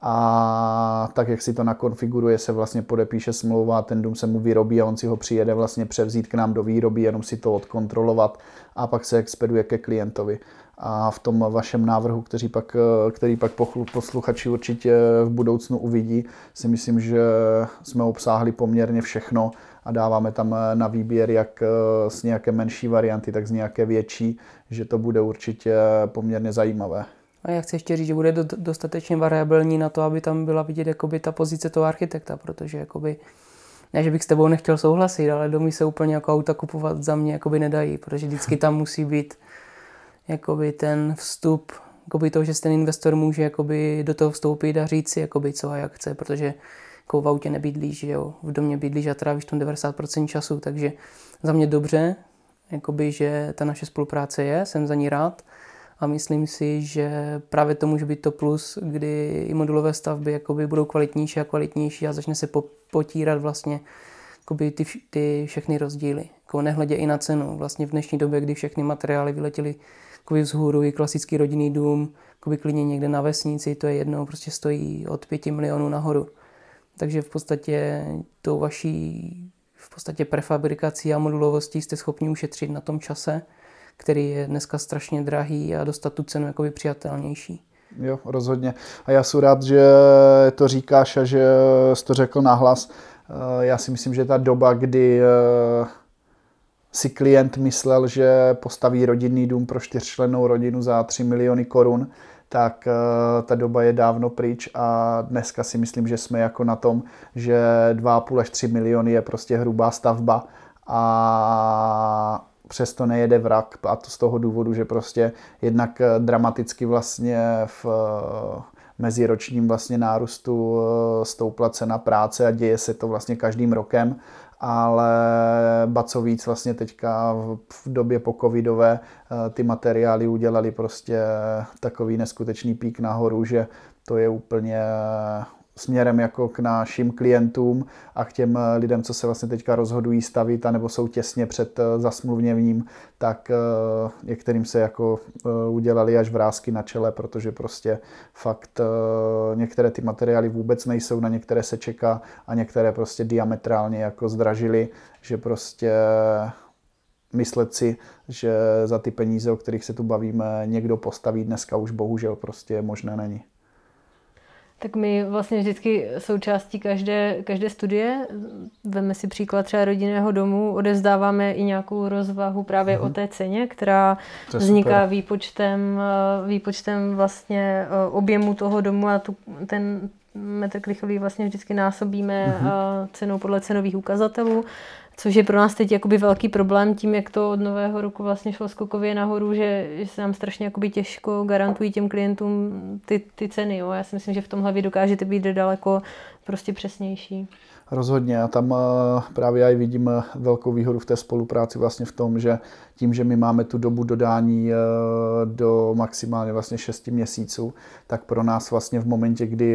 a tak, jak si to nakonfiguruje, se vlastně podepíše smlouva, ten dům se mu vyrobí a on si ho přijede vlastně převzít k nám do výroby, jenom si to odkontrolovat a pak se expeduje ke klientovi. A v tom vašem návrhu, který pak, který pak posluchači určitě v budoucnu uvidí, si myslím, že jsme obsáhli poměrně všechno a dáváme tam na výběr jak z nějaké menší varianty, tak z nějaké větší, že to bude určitě poměrně zajímavé. A já chci ještě říct, že bude dostatečně variabilní na to, aby tam byla vidět jakoby ta pozice toho architekta, protože jakoby, ne, že bych s tebou nechtěl souhlasit, ale domy se úplně jako auta kupovat za mě jakoby nedají, protože vždycky tam musí být jakoby ten vstup jakoby to, že ten investor může jakoby do toho vstoupit a říct si, jakoby co a jak chce, protože jako v autě nebydlíš, že jo, v domě bydlíš a trávíš tam devadesát procent času, takže za mě dobře, jakoby, že ta naše spolupráce je, jsem za ní rád a myslím si, že právě to může být to plus, kdy i modulové stavby jakoby budou kvalitnější a kvalitnější a začne se potírat vlastně jakoby ty, ty všechny rozdíly, jako nehledě i na cenu. Vlastně v dnešní době, kdy všechny materiály vyletěly jakoby vzhůru, i klasický rodinný dům, jakoby klidně někde na vesnici, to je jedno, prostě stojí od pěti milionů nahoru. Takže v podstatě tou vaší v podstatě prefabrikací a modulovostí jste schopni ušetřit na tom čase, který je dneska strašně drahý a dostat tu cenu jakoby přijatelnější. Jo, rozhodně. A já jsem rád, že to říkáš a že jsi to řekl nahlas. Já si myslím, že ta doba, kdy si klient myslel, že postaví rodinný dům pro čtyřčlennou rodinu za tři miliony korun, tak ta doba je dávno pryč a dneska si myslím, že jsme jako na tom, že dva a půl až tři miliony je prostě hrubá stavba a přesto nejede vrak, a to z toho důvodu, že prostě jednak dramaticky vlastně v meziročním vlastně nárůstu stoupla cena práce a děje se to vlastně každým rokem, ale ba co víc vlastně teďka v době pocovidové ty materiály udělali prostě takový neskutečný pík nahoru, že to je úplně směrem jako k našim klientům a k těm lidem, co se vlastně teďka rozhodují stavit anebo jsou těsně před zasmluvněním, tak některým se jako udělali až vrásky na čele, protože prostě fakt některé ty materiály vůbec nejsou, na některé se čeká a některé prostě diametrálně jako zdražily, že prostě myslet si, že za ty peníze, o kterých se tu bavíme, někdo postaví dneska už bohužel prostě možné není. Tak my vlastně vždycky součástí každé, každé studie, veme si příklad třeba rodinného domu, odevzdáváme i nějakou rozvahu právě mm-hmm. o té ceně, která vzniká výpočtem, výpočtem vlastně objemu toho domu a tu, ten metr krychlý vlastně vždycky násobíme mm-hmm. cenou podle cenových ukazatelů, což je pro nás teď jakoby velký problém tím, jak to od nového roku vlastně šlo skokově nahoru, že, že se nám strašně jakoby těžko garantují těm klientům ty, ty ceny. Jo. Já si myslím, že v tomhle vy dokážete být daleko prostě přesnější. Rozhodně a tam právě já vidím velkou výhodu v té spolupráci vlastně v tom, že tím, že my máme tu dobu dodání do maximálně vlastně šesti měsíců, tak pro nás vlastně v momentě, kdy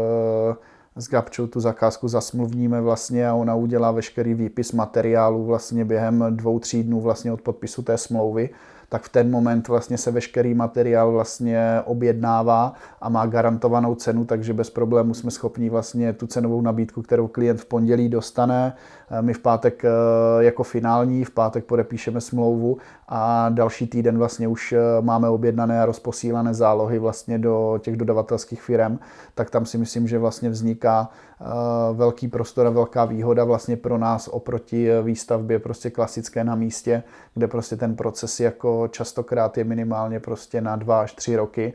s Gabčou tu zakázku zasmluvníme vlastně a ona udělá veškerý výpis materiálu vlastně během dvou, tří dnů vlastně od podpisu té smlouvy, tak v ten moment vlastně se veškerý materiál vlastně objednává a má garantovanou cenu, takže bez problému jsme schopni vlastně tu cenovou nabídku, kterou klient v pondělí dostane, my v pátek jako finální, v pátek podepíšeme smlouvu a další týden vlastně už máme objednané a rozposílané zálohy vlastně do těch dodavatelských firem, tak tam si myslím, že vlastně vzniká velký prostor a velká výhoda vlastně pro nás oproti výstavbě prostě klasické na místě, kde prostě ten proces jako častokrát je minimálně prostě na dva až tři roky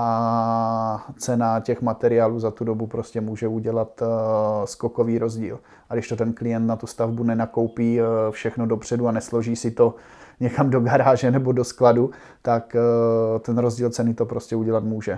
a cena těch materiálů za tu dobu prostě může udělat skokový rozdíl. A když to ten klient na tu stavbu nenakoupí všechno dopředu a nesloží si to někam do garáže nebo do skladu, tak ten rozdíl ceny to prostě udělat může.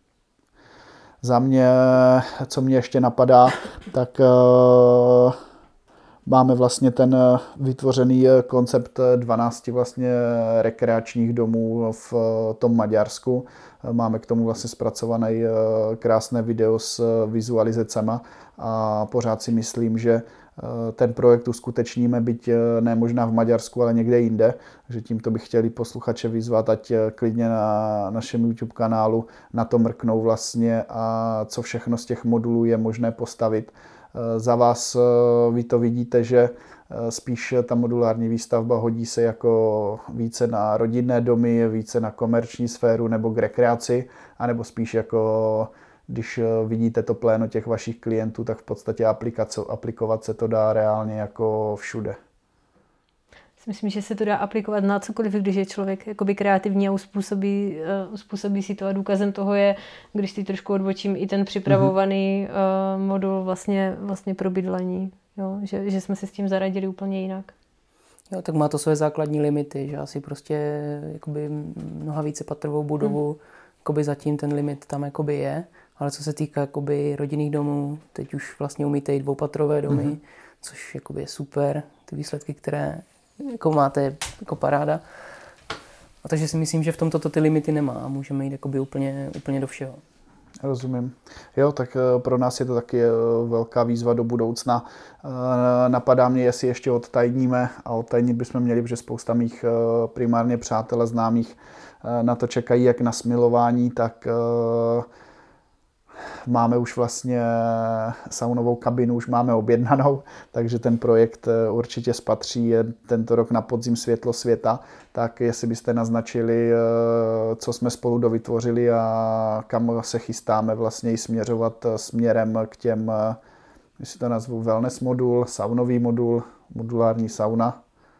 Za mě, co mě ještě napadá, tak uh, máme vlastně ten vytvořený koncept dvanácti vlastně rekreačních domů v tom Maďarsku. Máme k tomu vlastně zpracované krásné video s vizualizacema a pořád si myslím, že ten projekt uskutečníme, byť ne možná v Maďarsku, ale někde jinde. Takže tímto bych chtěli posluchače vyzvat, ať klidně na našem YouTube kanálu na to mrknou vlastně a co všechno z těch modulů je možné postavit. Za vás vy to vidíte, že spíš ta modulární výstavba hodí se jako více na rodinné domy, více na komerční sféru nebo k rekreaci, anebo spíš jako když vidíte to pléno těch vašich klientů, tak v podstatě aplikace, aplikovat se to dá reálně jako všude. Myslím, že se to dá aplikovat na cokoliv, když je člověk jakoby kreativní a uspůsobí, uh, uspůsobí si to. A důkazem toho je, když si trošku odbočím, i ten připravovaný uh, modul vlastně, vlastně pro bydlení. Jo? Že, že jsme se s tím zaradili úplně jinak. Jo, tak má to své základní limity, že asi prostě jakoby mnoha více patrovou budovu, hmm. jakoby zatím ten limit tam jakoby je, ale co se týká jakoby rodinných domů, teď už vlastně umíte i dvoupatrové domy, mm-hmm. což jakoby je super, ty výsledky, které jako máte, jako paráda. A takže si myslím, že v tomto to ty limity nemá a můžeme jít jakoby úplně, úplně do všeho. Rozumím. Jo, tak pro nás je to taky velká výzva do budoucna. Napadá mě, jestli ještě odtajníme, a odtajnit bychom měli, protože spousta mých primárně přátel a známých na to čekají jak na smilování, tak máme už vlastně saunovou kabinu, už máme objednanou, takže ten projekt určitě spatří tento rok na podzim Světlo světa. Tak jestli byste naznačili, co jsme spolu dovytvořili a kam se chystáme vlastně i směřovat směrem k těm, jestli to nazvu wellness modul, saunový modul, modulární sauna.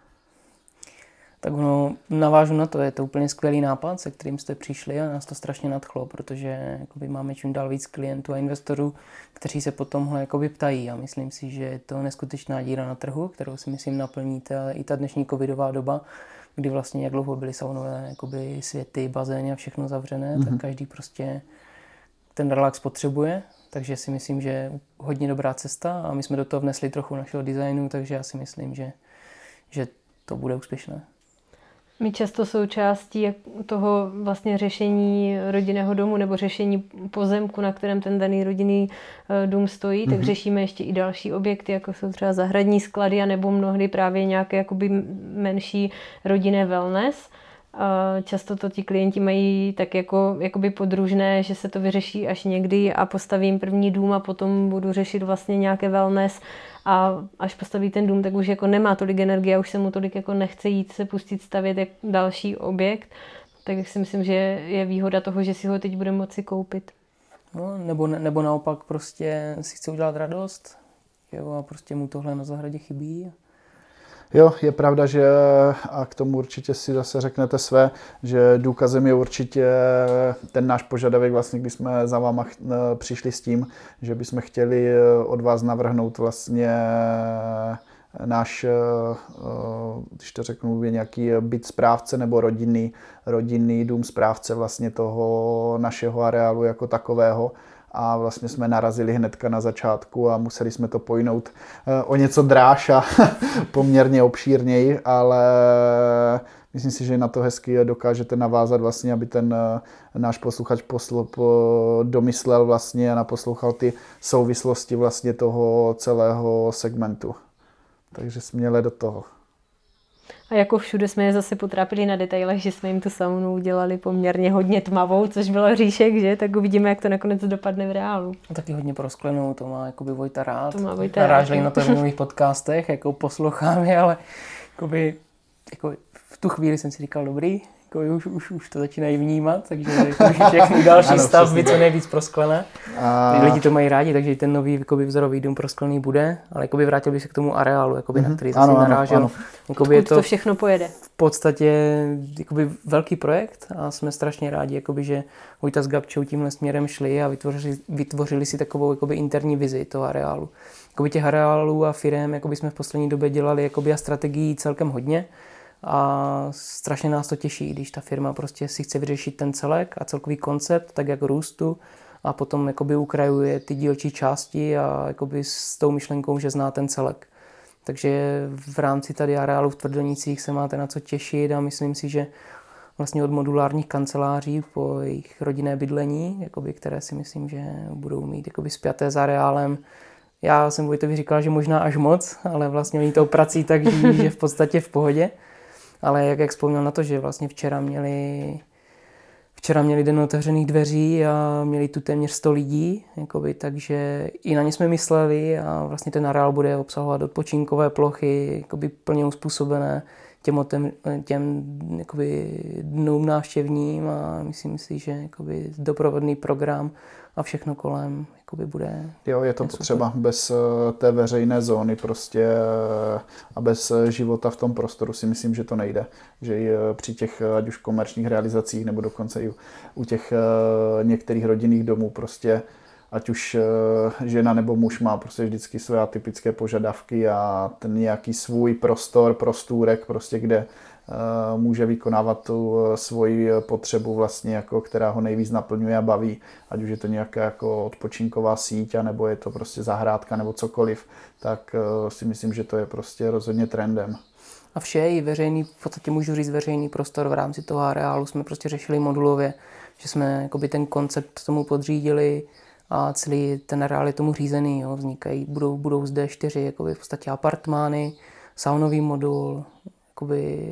Tak ono, navážu na to, je to úplně skvělý nápad, se kterým jste přišli a nás to strašně nadchlo, protože jakoby, máme čím dál víc klientů a investorů, kteří se po tomhle jakoby, ptají a myslím si, že je to neskutečná díra na trhu, kterou si myslím naplníte, ale i ta dnešní covidová doba, kdy vlastně jak dlouho byly saunové jakoby, světy, bazény a všechno zavřené, mm-hmm. tak každý prostě ten relax potřebuje, takže si myslím, že je hodně dobrá cesta a my jsme do toho vnesli trochu našeho designu, takže já si myslím, že, že to bude úspěšné. My často součástí toho vlastně řešení rodinného domu nebo řešení pozemku, na kterém ten daný rodinný dům stojí, mm-hmm. tak řešíme ještě i další objekty, jako jsou třeba zahradní sklady a nebo mnohdy právě nějaké jakoby menší rodinné wellness. Často to ti klienti mají tak jako jakoby podružné, že se to vyřeší až někdy a postavím první dům a potom budu řešit vlastně nějaké wellness a až postaví ten dům, tak už jako nemá tolik energie a už se mu tolik jako nechce jít se pustit stavět jak další objekt. Tak si myslím, že je výhoda toho, že si ho teď budeme moci koupit. No, nebo, nebo naopak prostě si chce udělat radost, jo, a prostě mu tohle na zahradě chybí. Jo, je pravda, že a k tomu určitě si zase řeknete své, že důkazem je určitě ten náš požadavek, vlastně, když jsme za váma přišli s tím, že bychom chtěli od vás navrhnout vlastně náš, když to řeknu, nějaký byt správce nebo rodinný, rodinný dům správce vlastně toho našeho areálu jako takového. A vlastně jsme narazili hnedka na začátku a museli jsme to pojnout o něco dráž a poměrně obšírněji, ale myslím si, že na to hezky dokážete navázat vlastně, aby ten náš posluchač posl, po, domyslel vlastně a naposlouchal ty souvislosti vlastně toho celého segmentu. Takže směle do toho. A jako všude jsme je zase potrápili na detailech, že jsme jim tu saunu udělali poměrně hodně tmavou, což bylo hříšek, že? Tak uvidíme, jak to nakonec dopadne v reálu. A taky hodně prosklenou, to má jakoby Vojta rád. To má Vojta Naráželi rád. na to v minulých podcastech, jako posloucháme, ale jakoby, jako v tu chvíli jsem si říkal, dobrý, jako už, už, už to začínají vnímat, takže jako už všechny další ano, stavby co nejvíc prosklené. A... Lidi to mají rádi, takže ten nový jakoby, vzorový dům prosklený bude, ale jakoby, vrátil bych se k tomu areálu, jakoby, mm-hmm. na který zase narážel. Ano, ano. Jakoby je to, to všechno pojede. V podstatě jakoby, velký projekt a jsme strašně rádi, jakoby, že Vojta s Gabčou tímhle směrem šli a vytvořili, vytvořili si takovou jakoby, interní vizi toho areálu. Jakoby, těch areálů a firem jakoby, jsme v poslední době dělali jakoby, a strategii celkem hodně. A strašně nás to těší, když ta firma prostě si chce vyřešit ten celek a celkový koncept, tak jako růstu a potom jakoby ukrajuje ty dílčí části a jakoby s tou myšlenkou, že zná ten celek. Takže v rámci tady areálu v Tvrdonicích se máte na co těšit a myslím si, že vlastně od modulárních kanceláří po jejich rodinné bydlení, jakoby, které si myslím, že budou mít jakoby spjaté s areálem. Já jsem Vojtovi říkal, že možná až moc, ale vlastně oni tou prací tak žijí, že v podstatě v pohodě. Ale jak, jak vzpomněl na to, že vlastně včera měli, včera měli den otevřených dveří a měli tu téměř sto lidí, jakoby, takže i na ně jsme mysleli a vlastně ten areál bude obsahovat odpočinkové plochy, jakoby plně uspůsobené těm, těm, těm jakoby, dnům návštěvním a myslím si, že jakoby, doprovodný program a všechno kolem jakoby bude. Jo, je to je potřeba. Super. Bez té veřejné zóny prostě a bez života v tom prostoru si myslím, že to nejde. Že i při těch ať už komerčních realizacích nebo dokonce i u těch některých rodinných domů prostě ať už žena nebo muž má prostě vždycky své atypické požadavky a ten nějaký svůj prostor, prostůrek, prostě kde může vykonávat tu svoji potřebu vlastně, jako, která ho nejvíc naplňuje a baví, ať už je to nějaká jako odpočinková síť, nebo je to prostě zahrádka nebo cokoliv, tak si myslím, že to je prostě rozhodně trendem. A vše i veřejný, v podstatě můžu říct veřejný prostor v rámci toho areálu jsme prostě řešili modulově, že jsme jakoby ten koncept tomu podřídili a celý ten areál je tomu řízený, jo. Vznikají, budou, budou zde čtyři jakoby v podstatě apartmány, saunový modul, jakoby...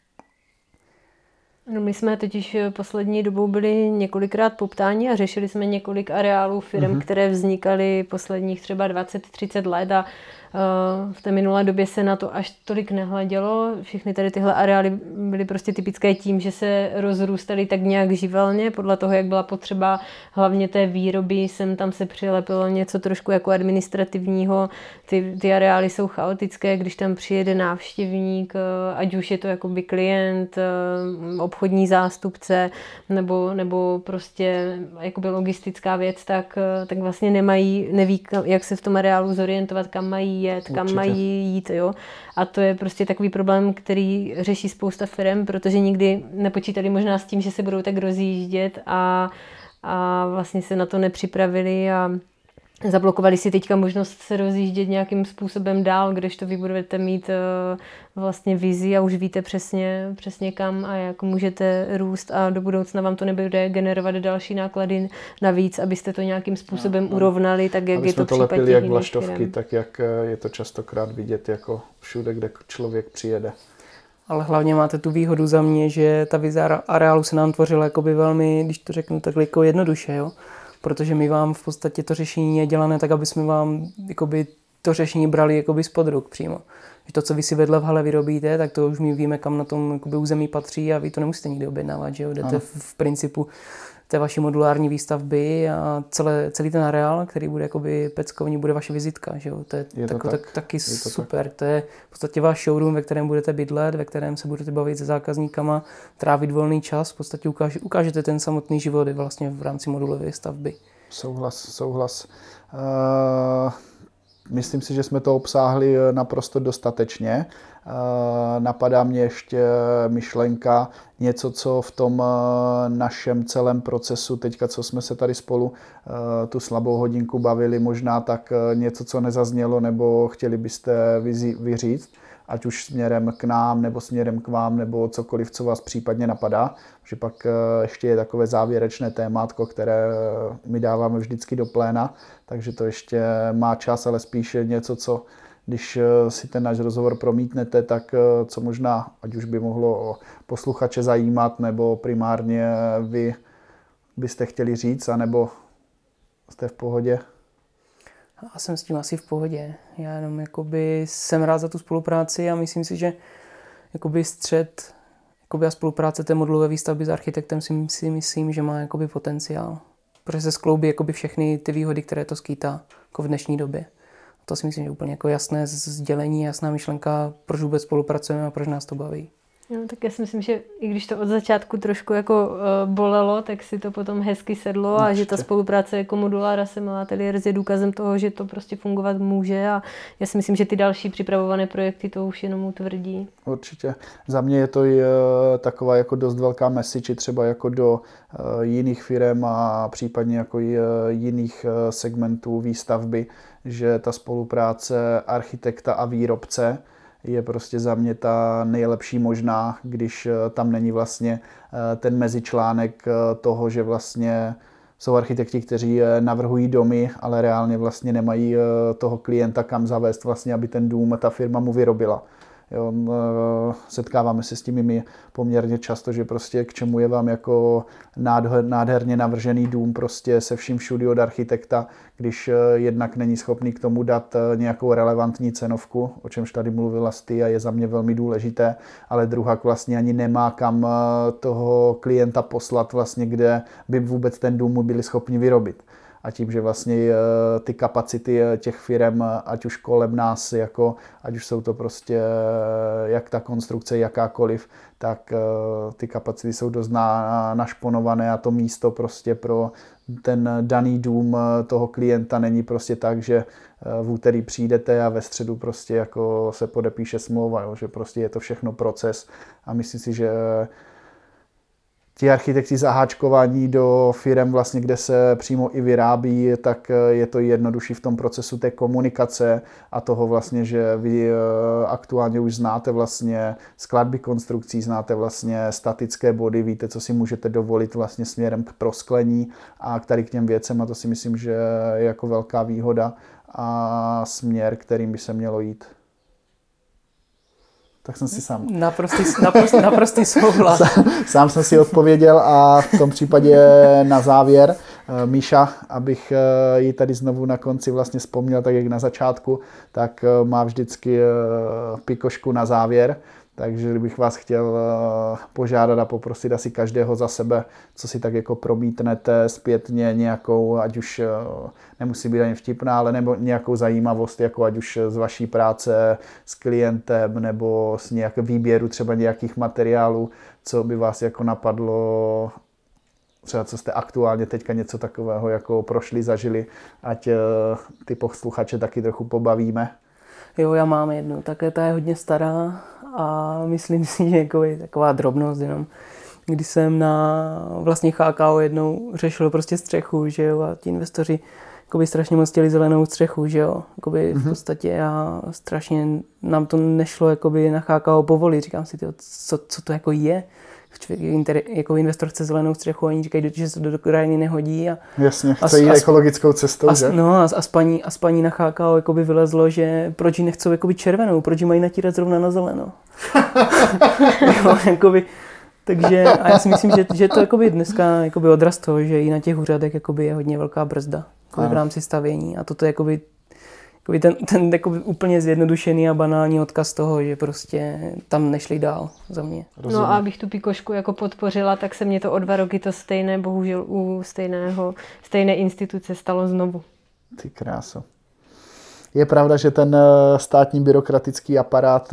No, my jsme totiž poslední dobou byli několikrát poptáni a řešili jsme několik areálů firm, mm-hmm. které vznikaly posledních třeba dvacet třicet let a uh, v té minulé době se na to až tolik nehledělo. Všechny tady tyhle areály byly prostě typické tím, že se rozrůstaly tak nějak živelně podle toho, jak byla potřeba hlavně té výroby. Sem tam se přilepilo něco trošku jako administrativního. Ty, ty areály jsou chaotické, když tam přijede návštěvník, ať už je to jakoby klient, obchodní zástupce nebo, nebo prostě jakoby logistická věc, tak, tak vlastně nemají, neví, jak se v tom areálu zorientovat, kam mají jet, kam Určitě. mají jít. Jo? A to je prostě takový problém, který řeší spousta firem, protože nikdy nepočítali možná s tím, že se budou tak rozjíždět a, a vlastně se na to nepřipravili a zablokovali si teďka možnost se rozjíždět nějakým způsobem dál, kdežto vy budete mít uh, vlastně vizi a už víte přesně, přesně kam a jak můžete růst a do budoucna vám to nebude generovat další náklady navíc, abyste to nějakým způsobem no, no. urovnali, tak jak Aby je to to lepili jak vlaštovky, firem. Tak jak je to častokrát vidět jako všude, kde člověk přijede. Ale hlavně máte tu výhodu za mě, že ta vize areálu se nám tvořila jakoby velmi, když to řeknu takhle jako jednoduše, jo? Protože my vám v podstatě to řešení je dělané tak, aby jsme vám jakoby, to řešení brali jakoby spod ruk přímo. Že to, co vy si vedle v hale vyrobíte, tak to už my víme, kam na tom jakoby, území patří a vy to nemusíte nikdy objednávat. Že jo? Jdete v, v principu té vaší modulární výstavby a celé, celý ten areál, který bude jakoby peckovní, bude vaše vizitka. Že jo? To je, je to tako, tak. tak, taky je to super. Tak. To je v podstatě váš showroom, ve kterém budete bydlet, ve kterém se budete bavit se zákazníkama, trávit volný čas, v podstatě ukáž, ukážete ten samotný život vlastně v rámci modulové stavby. Souhlas, souhlas. Uh, myslím si, že jsme to obsáhli naprosto dostatečně. Uh, napadá mě ještě myšlenka, něco, co v tom uh, našem celém procesu, teďka, co jsme se tady spolu uh, tu slabou hodinku bavili, možná tak uh, něco, co nezaznělo, nebo chtěli byste vyzí, vyříct, ať už směrem k nám, nebo směrem k vám, nebo cokoliv, co vás případně napadá. Že pak ještě je takové závěrečné témátko, které my dáváme vždycky do pléna, takže to ještě má čas, ale spíš něco, co když si ten náš rozhovor promítnete, tak co možná, ať už by mohlo posluchače zajímat, nebo primárně vy byste chtěli říct, anebo jste v pohodě? Já jsem s tím asi v pohodě. Já jenom jakoby jsem rád za tu spolupráci a myslím si, že jakoby střed jakoby a spolupráce té modulové výstavby s architektem si, si myslím, že má jakoby potenciál. Protože se skloubí jakoby všechny ty výhody, které to skýtá jako v dnešní době. To si myslím, že je úplně jako jasné sdělení, jasná myšlenka, proč vůbec spolupracujeme a proč nás to baví. No, tak já si myslím, že i když to od začátku trošku jako uh, bolelo, tak si to potom hezky sedlo. Určitě. A že ta spolupráce jako Modular Semela Ateliérs je důkazem toho, že to prostě fungovat může a já si myslím, že ty další připravované projekty to už jenom utvrdí. Určitě. Za mě je to i uh, taková jako dost velká message třeba jako do uh, jiných firem a případně jako i uh, jiných uh, segmentů výstavby, že ta spolupráce architekta a výrobce je prostě za mě ta nejlepší možná, když tam není vlastně ten mezičlánek toho, že vlastně jsou architekti, kteří navrhují domy, ale reálně vlastně nemají toho klienta kam zavést vlastně, aby ten dům ta firma mu vyrobila. Jo, setkáváme se s tím my poměrně často, že prostě k čemu je vám jako nádherně navržený dům prostě se vším všudy od architekta, když jednak není schopný k tomu dát nějakou relevantní cenovku, o čemž tady mluvila Sty a je za mě velmi důležité, ale druhak vlastně ani nemá kam toho klienta poslat vlastně, kde by vůbec ten dům mu byli schopni vyrobit. a tím, že vlastně ty kapacity těch firem, ať už kolem nás, jako, ať už jsou to prostě jak ta konstrukce, jakákoliv, tak ty kapacity jsou dost na, našponované a to místo prostě pro ten daný dům toho klienta není prostě tak, že v úterý přijdete a ve středu prostě jako se podepíše smlouva, jo, že prostě je to všechno proces a myslím si, že ti architekti zaháčkování do firem, vlastně, kde se přímo i vyrábí, tak je to jednodušší v tom procesu té komunikace a toho vlastně, že vy aktuálně už znáte vlastně skladby konstrukcí, znáte vlastně statické body, víte, co si můžete dovolit vlastně směrem k prosklení a k tady k těm věcem a to si myslím, že je jako velká výhoda a směr, kterým by se mělo jít. Tak jsem si sám. Naprostý, naprostý, naprostý souhlas. Sám, sám jsem si odpověděl a v tom případě na závěr Míša, abych ji tady znovu na konci vlastně vzpomněl, tak jak na začátku, tak má vždycky pikošku na závěr. Takže bych vás chtěl požádat a poprosit asi každého za sebe, co si tak jako promítnete zpětně nějakou, ať už nemusí být ani vtipná, ale nebo nějakou zajímavost, jako ať už z vaší práce s klientem nebo z nějakého výběru třeba nějakých materiálů, co by vás jako napadlo, třeba co jste aktuálně teďka něco takového jako prošli, zažili, ať ty posluchače taky trochu pobavíme. Jo, já mám jednu, také ta je hodně stará a myslím si, že jako je taková drobnost jenom. Když jsem na vlastně H K O jednou řešil prostě střechu, že jo, a ti investoři jakoby strašně moc chtěli zelenou střechu, že jo. Jakoby v podstatě já strašně, nám to nešlo jakoby na H K O povolit, říkám si, tyjo, co, co to jako je. Člověk, jako investor chce zelenou střechu a oni říkají, že se to do krajiny nehodí. A, Jasně, chce jít ekologickou cestou, a, že? No a, a, s paní, a s paní na H K O jakoby vylezlo, že proč ji nechcou jakoby červenou, proč ji mají natírat zrovna na zeleno. jo, jakoby, takže a já si myslím, že, že to jakoby dneska jakoby odraz toho, že i na těch úřadech jakoby je hodně velká brzda v rámci stavění a toto je jakoby ten, ten jakoby úplně zjednodušený a banální odkaz toho, že prostě tam nešli dál za mě. Rozumím. No a abych tu pikošku jako podpořila, tak se mě to o dva roky to stejné, bohužel u stejného, stejné instituce stalo znovu. Ty kráso. Je pravda, že ten státní byrokratický aparát,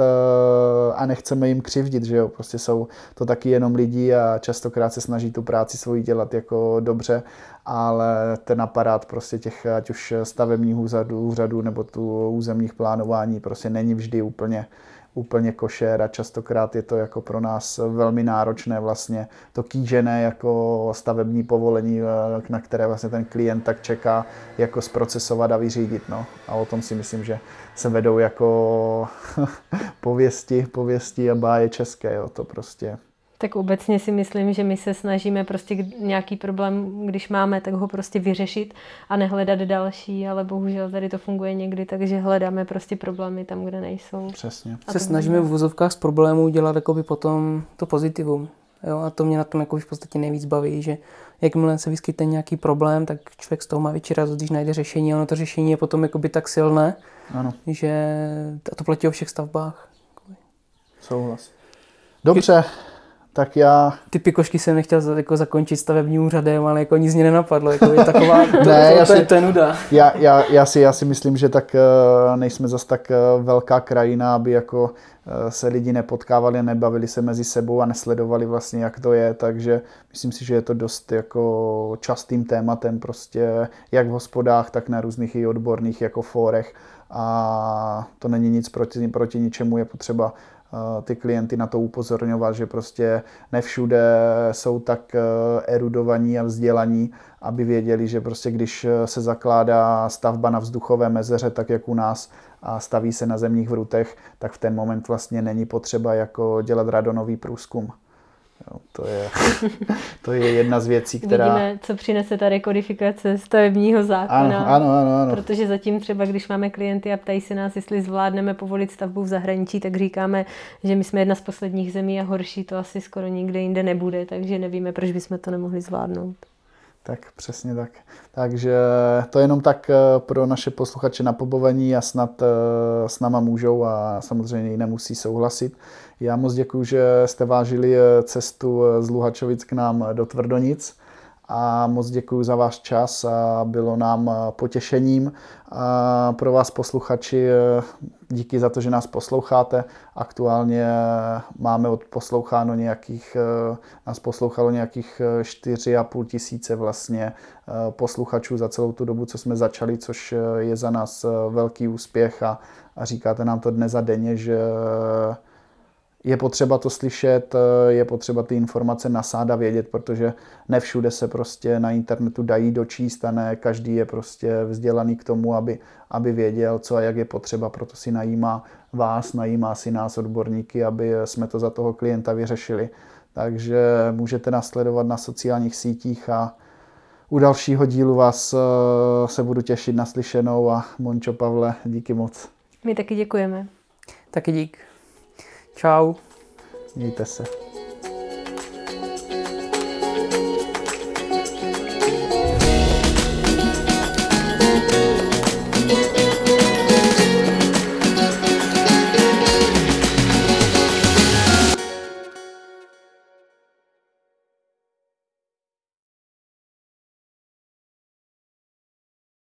a nechceme jim křivdit, že jo, prostě jsou to taky jenom lidi a častokrát se snaží tu práci svoji dělat jako dobře, ale ten aparát prostě těch, ať už stavebních úřadů, úřadů nebo tu územních plánování prostě není vždy úplně úplně košer a častokrát je to jako pro nás velmi náročné vlastně to kýžené jako stavební povolení, na které vlastně ten klient tak čeká, jako zprocesovat a vyřídit. No. A o tom si myslím, že se vedou jako pověsti, pověsti a báje české. Jo. To prostě... Tak obecně si myslím, že my se snažíme prostě nějaký problém, když máme, tak ho prostě vyřešit a nehledat další, ale bohužel tady to funguje někdy, takže hledáme prostě problémy tam, kde nejsou. Přesně. Se snažíme v vozovkách z problémů dělat jakoby potom to pozitivum. Jo? A to mě na tom jakoby v podstatě nejvíc baví, že jakmile se vyskytne nějaký problém, tak člověk z toho má větší radost, když najde řešení. A ono to řešení je potom jakoby tak silné, ano. Že to platí o všech stavbách. Souhlas. Dobře. Tak já... Ty pikošky jsem nechtěl jako zakončit stavebním úřadem, ale jako nic mě nenapadlo. Jako je taková, to, ne, to, to, si, je, to je nuda. Já, já, já, si, já si myslím, že tak nejsme zas tak velká krajina, aby jako se lidi nepotkávali, nebavili se mezi sebou a nesledovali vlastně, jak to je. Takže myslím si, že je to dost jako častým tématem prostě jak v hospodách, tak na různých i odborných jako fórech. A to není nic proti, proti ničemu, je potřeba ty klienty na to upozorňovat, že prostě nevšude jsou tak erudovaní a vzdělaní, aby věděli, že prostě když se zakládá stavba na vzduchové mezeře, tak jak u nás, a staví se na zemních vrutech, tak v ten moment vlastně není potřeba jako dělat radonový průzkum. Jo, to, je, to je jedna z věcí, která... Vidíme, co přinese ta rekodifikace stavebního zákona. Ano, ano, ano, ano. Protože zatím třeba, když máme klienty a ptají se nás, jestli zvládneme povolit stavbu v zahraničí, tak říkáme, že my jsme jedna z posledních zemí a horší to asi skoro nikde jinde nebude, takže nevíme, proč bychom to nemohli zvládnout. Tak přesně tak. Takže to je jenom tak pro naše posluchače na pobavení a snad s náma můžou a samozřejmě i nemusí souhlasit. Já moc děkuju, že jste vážili cestu z Luhačovic k nám do Tvrdonic a moc děkuji za váš čas a bylo nám potěšením. A pro vás posluchači díky za to, že nás posloucháte. Aktuálně máme odposloucháno nějakých, nás poslouchalo nějakých čtyři a půl tisíce vlastně posluchačů za celou tu dobu, co jsme začali, což je za nás velký úspěch a, a říkáte nám to dnes a denně, že je potřeba to slyšet, je potřeba ty informace nasát a vědět, protože ne všude se prostě na internetu dají dočíst a ne každý je prostě vzdělaný k tomu, aby, aby věděl, co a jak je potřeba, proto si najímá vás, najímá si nás odborníky, aby jsme to za toho klienta vyřešili. Takže můžete nás sledovat na sociálních sítích a u dalšího dílu vás se budu těšit na slyšenou a Mončo, Pavle, díky moc. My taky děkujeme. Taky dík. Čau. Mějte se.